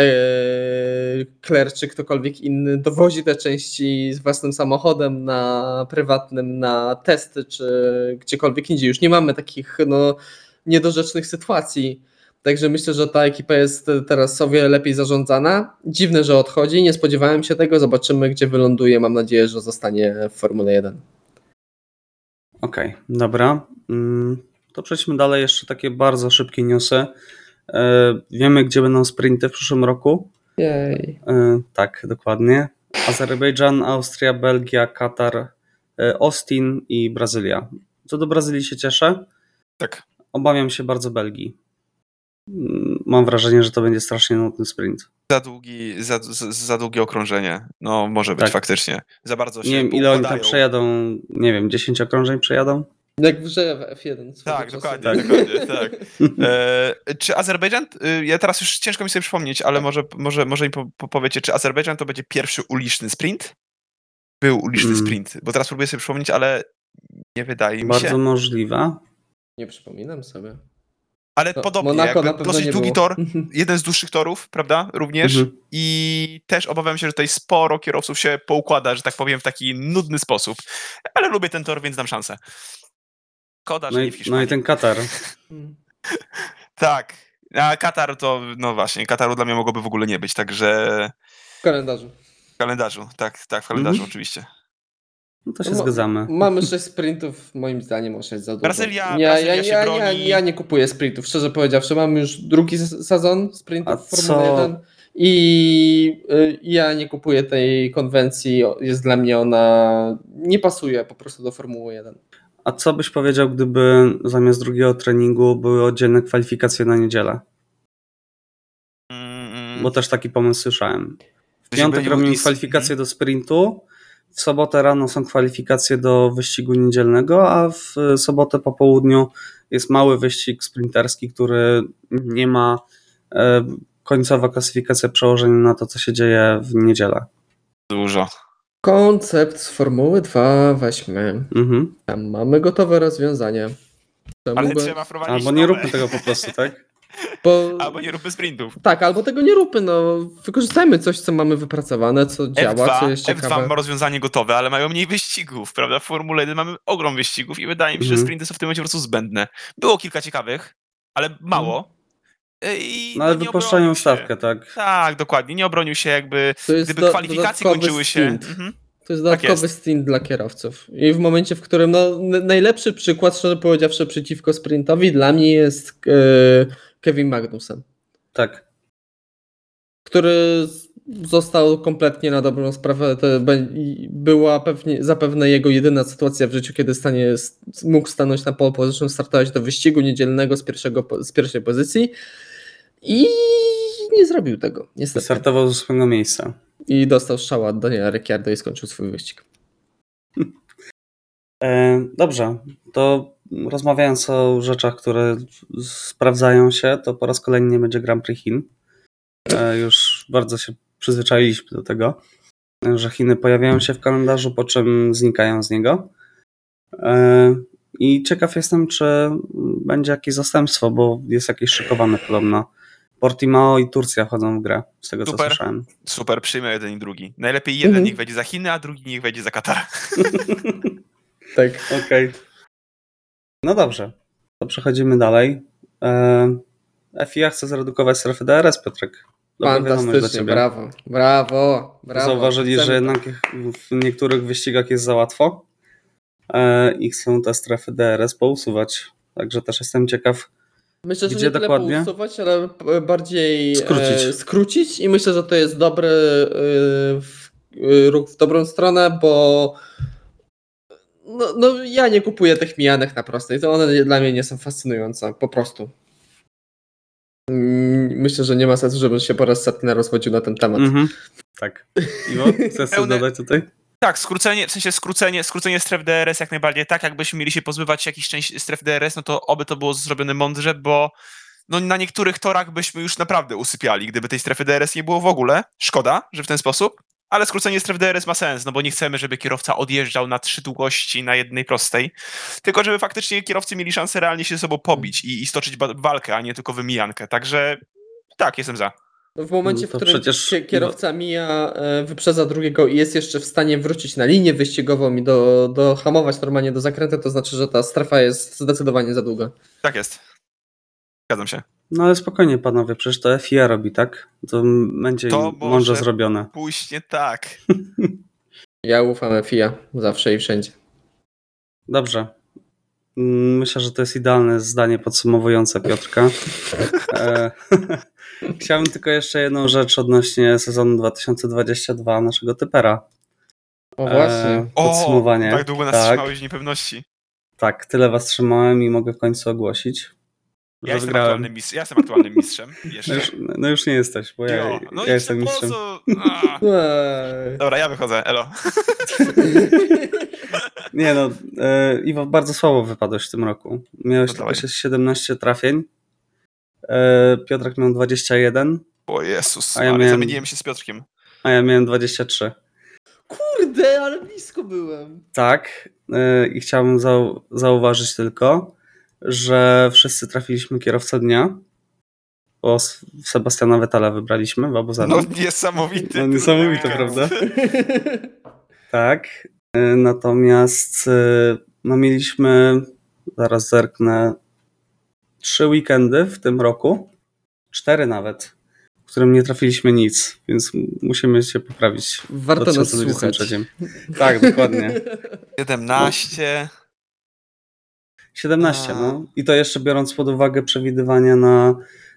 Claire czy ktokolwiek inny dowozi te części z własnym samochodem prywatnym na testy, czy gdziekolwiek indziej. Już nie mamy takich niedorzecznych sytuacji. Także myślę, że ta ekipa jest teraz o wiele lepiej zarządzana. Dziwne, że odchodzi, nie spodziewałem się tego. Zobaczymy, gdzie wyląduje. Mam nadzieję, że zostanie w Formule 1. Okej, dobra. To przejdźmy dalej. Jeszcze takie bardzo szybkie newsy. Wiemy, gdzie będą sprinty w przyszłym roku. Jej. Tak, dokładnie. Azerbejdżan, Austria, Belgia, Katar, Austin i Brazylia. Co do Brazylii się cieszę. Tak. Obawiam się bardzo Belgii. Mam wrażenie, że to będzie strasznie nudny sprint. Za długie okrążenie. No może być faktycznie. Za bardzo się nie wiem, ile oni tam przejadą. Nie wiem, 10 okrążeń przejadą? Jak w grze w F1. Tak, dokładnie. Tak. Czy Azerbejdżan, ja teraz już ciężko mi sobie przypomnieć, ale może mi powiecie, czy Azerbejdżan to będzie pierwszy uliczny sprint? Był uliczny sprint, bo teraz próbuję sobie przypomnieć, ale nie wydaje mi się. Bardzo możliwe. Nie przypominam sobie. Ale podobnie, Monako na pewno dosyć nie długi było. tor, jeden z dłuższych torów, prawda, również. I też obawiam się, że tutaj sporo kierowców się poukłada, że tak powiem, w taki nudny sposób. Ale lubię ten tor, więc dam szansę. Szkoda, że nie w Hiszpanii. No i ten Katar. Tak. A Katar to, no właśnie, Kataru dla mnie mogłoby w ogóle nie być, także... W kalendarzu. W kalendarzu, tak, w kalendarzu oczywiście. No to się zgadzamy. Mamy 6 sprintów, moim zdaniem 6 za dużo. Brazylia się broni. Ja nie kupuję sprintów, szczerze powiedziawszy. Mamy już drugi sezon sprintów w Formule 1 i ja nie kupuję tej konwencji. Jest dla mnie ona... nie pasuje po prostu do Formuły 1. A co byś powiedział, gdyby zamiast drugiego treningu były oddzielne kwalifikacje na niedzielę? Bo też taki pomysł słyszałem. W piątek robimy kwalifikacje do sprintu, w sobotę rano są kwalifikacje do wyścigu niedzielnego, a w sobotę po południu jest mały wyścig sprinterski, który nie ma końcowa klasyfikacja przełożenia na to, co się dzieje w niedzielę. Dużo. Koncept z Formuły 2 weźmy. Mhm. Tam mamy gotowe rozwiązanie. Czemu Ale by- trzeba wprowadzić Albo nie nowe. róbmy tego po prostu, tak? Bo... Albo nie róbmy sprintów. Tak, albo tego nie róbmy, no. Wykorzystajmy coś, co mamy wypracowane, co działa, co jest F2 ciekawe. ma rozwiązanie gotowe, ale mają mniej wyścigów, prawda? W Formule 1 mamy ogrom wyścigów i wydaje mi się, że Mhm. sprinty są w tym momencie po prostu zbędne. Było kilka ciekawych, ale mało. I No ale nie wypuszczają obronił się. stawkę, tak? Tak, dokładnie. Nie obronił się jakby, To jest gdyby kwalifikacje dodatkowy kończyły się. stint. Mhm. To jest Tak dodatkowy jest. stint dla kierowców. I w momencie, w którym najlepszy przykład, szczerze powiedziawszy, przeciwko sprintowi dla mnie jest Kevin Magnussen, Tak. który został kompletnie na dobrą sprawę. To była zapewne jego jedyna sytuacja w życiu, kiedy mógł stanąć na pole position, startować do wyścigu niedzielnego z pierwszej pozycji i nie zrobił tego, niestety. Startował z 8 miejsca. I dostał strzała od Daniela Ricciardo i skończył swój wyścig. Dobrze, to rozmawiając o rzeczach, które sprawdzają się, to po raz kolejny nie będzie Grand Prix Chin. Już bardzo się przyzwyczailiśmy do tego, że Chiny pojawiają się w kalendarzu, po czym znikają z niego. I ciekaw jestem, czy będzie jakieś zastępstwo, bo jest jakieś szykowane podobno. Portimao i Turcja wchodzą w grę, z tego co Super. słyszałem. Super, przyjmę jeden i drugi. Najlepiej jeden Mhm. niech wejdzie za Chiny, a drugi niech wejdzie za Katar. Tak. Okej. No dobrze, to przechodzimy dalej. FIA chce zredukować strefy DRS, Piotrek. Dobra wiadomość dla Fantastycznie, ciebie. brawo. Zauważyli, że Chcemy jednak w niektórych wyścigach jest za łatwo i chcą te strefy DRS pousuwać. Także też jestem ciekaw. Myślę, że Gdzie nie tyle dokładnie? pousuwać, ale bardziej Skrócić. i myślę, że to jest dobry ruch w dobrą stronę, bo no ja nie kupuję tych mijanek na prostej, to one dla mnie nie są fascynujące, po prostu. Myślę, że nie ma sensu, żebym się po raz setny rozwodził na ten temat. Mhm. Tak. Iwo, chcesz coś dodać tutaj? Tak, skrócenie stref DRS jak najbardziej. Tak, jakbyśmy mieli się pozbywać jakichś części stref DRS, no to oby to było zrobione mądrze, bo no, na niektórych torach byśmy już naprawdę usypiali, gdyby tej strefy DRS nie było w ogóle. Szkoda, że w ten sposób, ale skrócenie stref DRS ma sens, no bo nie chcemy, żeby kierowca odjeżdżał na 3 długości na jednej prostej, tylko żeby faktycznie kierowcy mieli szansę realnie się ze sobą pobić i stoczyć walkę, a nie tylko wymijankę. Także tak, jestem za. W momencie, w To którym przecież kierowca mija, wyprzedza drugiego i jest jeszcze w stanie wrócić na linię wyścigową i dohamować normalnie do zakrętu, to znaczy, że ta strefa jest zdecydowanie za długa. Tak jest. Zgadzam się. No ale spokojnie panowie, przecież to FIA robi, tak? To będzie To im mądrze może zrobione. pójść nie tak. Ja ufam FIA zawsze i wszędzie. Dobrze. Myślę, że to jest idealne zdanie podsumowujące Piotrka. Chciałbym tylko jeszcze jedną rzecz odnośnie sezonu 2022 naszego typera. O właśnie. Podsumowanie. Tak długo nas trzymałeś w niepewności. Tak, tyle was trzymałem i mogę w końcu ogłosić, Ja że wygrałem. jestem aktualnym mistrzem. Jeszcze. No już nie jesteś, bo ja No ja i jestem mistrzem. Dobra, ja wychodzę, elo. Nie no, Iwo, bardzo słabo wypadłeś w tym roku. Miałeś No tylko dawaj. 17 trafień. Piotrek miał 21, O Jezus, A ja ale miałem- zamieniłem się z Piotrkiem. a ja miałem 23. Kurde, ale blisko byłem. Tak, i chciałbym zauważyć tylko, że wszyscy trafiliśmy kierowcę dnia, bo Sebastiana Vettela wybraliśmy w Abu Zabi. No niesamowity. No, niesamowite, weekend. prawda? Tak, natomiast no mieliśmy, zaraz zerknę, 3 weekendy w tym roku, 4 nawet, w którym nie trafiliśmy nic, więc musimy się poprawić w Warto nas 2023. słuchać. Tak, dokładnie. 17. 17, no. I to jeszcze biorąc pod uwagę przewidywania na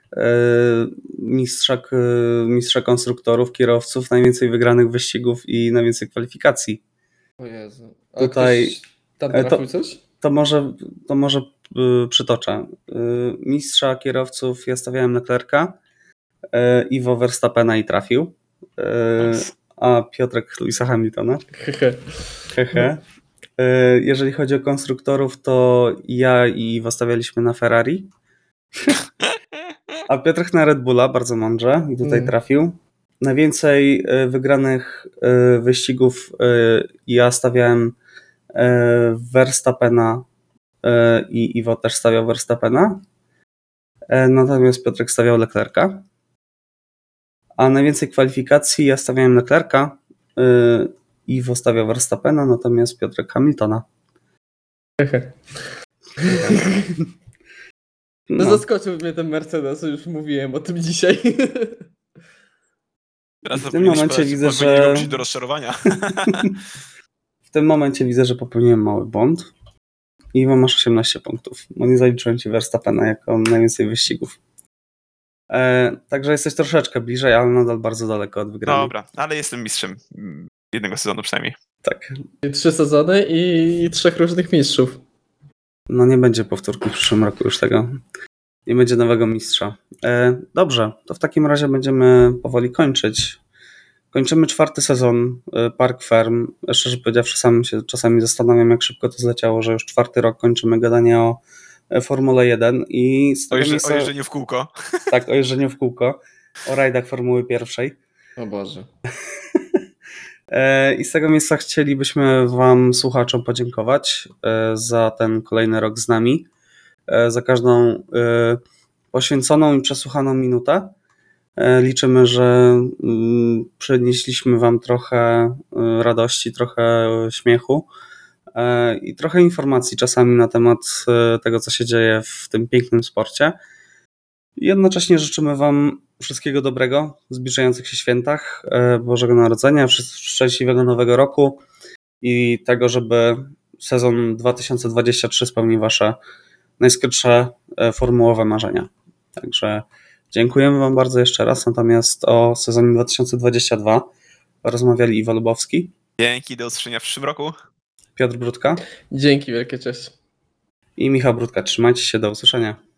mistrza konstruktorów, kierowców, najwięcej wygranych wyścigów i najwięcej kwalifikacji. O Jezu. A Tutaj- ktoś tam trafił coś? To może przytoczę. Mistrza kierowców ja stawiałem Leclerca, Iwo Verstappena i trafił, a Piotrek Lewisa Hamiltona. Hehe. Jeżeli chodzi o konstruktorów, to ja i Iwo stawialiśmy na Ferrari, a Piotrek na Red Bulla, bardzo mądrze, i tutaj trafił. Najwięcej wygranych wyścigów ja stawiałem Verstappena i Iwo też stawiał Verstappena. Natomiast Piotrek stawiał Leclerca. A najwięcej kwalifikacji ja stawiałem Leclerca, Iwo stawiał Verstappena, natomiast Piotrek Hamiltona. No zaskoczył mnie ten Mercedes, już mówiłem o tym dzisiaj. Teraz W tym momencie widzę, że wrócić do rozczarowania. w tym momencie widzę, że popełniłem mały błąd. Iwo, masz 18 punktów. No nie zaliczyłem ci Verstappena jako najwięcej wyścigów. Także jesteś troszeczkę bliżej, ale nadal bardzo daleko od wygranej. Dobra, ale jestem mistrzem jednego sezonu przynajmniej. Tak. 3 sezony i 3 różnych mistrzów. No nie będzie powtórki w przyszłym roku już tego. Nie będzie nowego mistrza. Dobrze, to w takim razie będziemy powoli kończyć. Kończymy 4. sezon Park Ferm. Szczerze powiedziawszy, sam się czasami zastanawiam, jak szybko to zleciało, że już 4. rok kończymy gadanie o Formule 1 i z O tego miejsca... jeżdżeniu w kółko. Tak, o jeżdżeniu w kółko, o rajdach Formuły 1. O Boże. I z tego miejsca chcielibyśmy wam, słuchaczom, podziękować za ten kolejny rok z nami, za każdą poświęconą i przesłuchaną minutę. Liczymy, że przynieśliśmy wam trochę radości, trochę śmiechu i trochę informacji czasami na temat tego, co się dzieje w tym pięknym sporcie. Jednocześnie życzymy wam wszystkiego dobrego w zbliżających się świętach, Bożego Narodzenia, szczęśliwego Nowego Roku i tego, żeby sezon 2023 spełnił wasze najskrytsze formułowe marzenia. Także dziękujemy wam bardzo jeszcze raz, natomiast o sezonie 2022 rozmawiali Iwo Lubowski. Dzięki, do usłyszenia w przyszłym roku. Piotr Brudka Dzięki wielkie, cześć. i Michał Brudka. Trzymajcie się, do usłyszenia.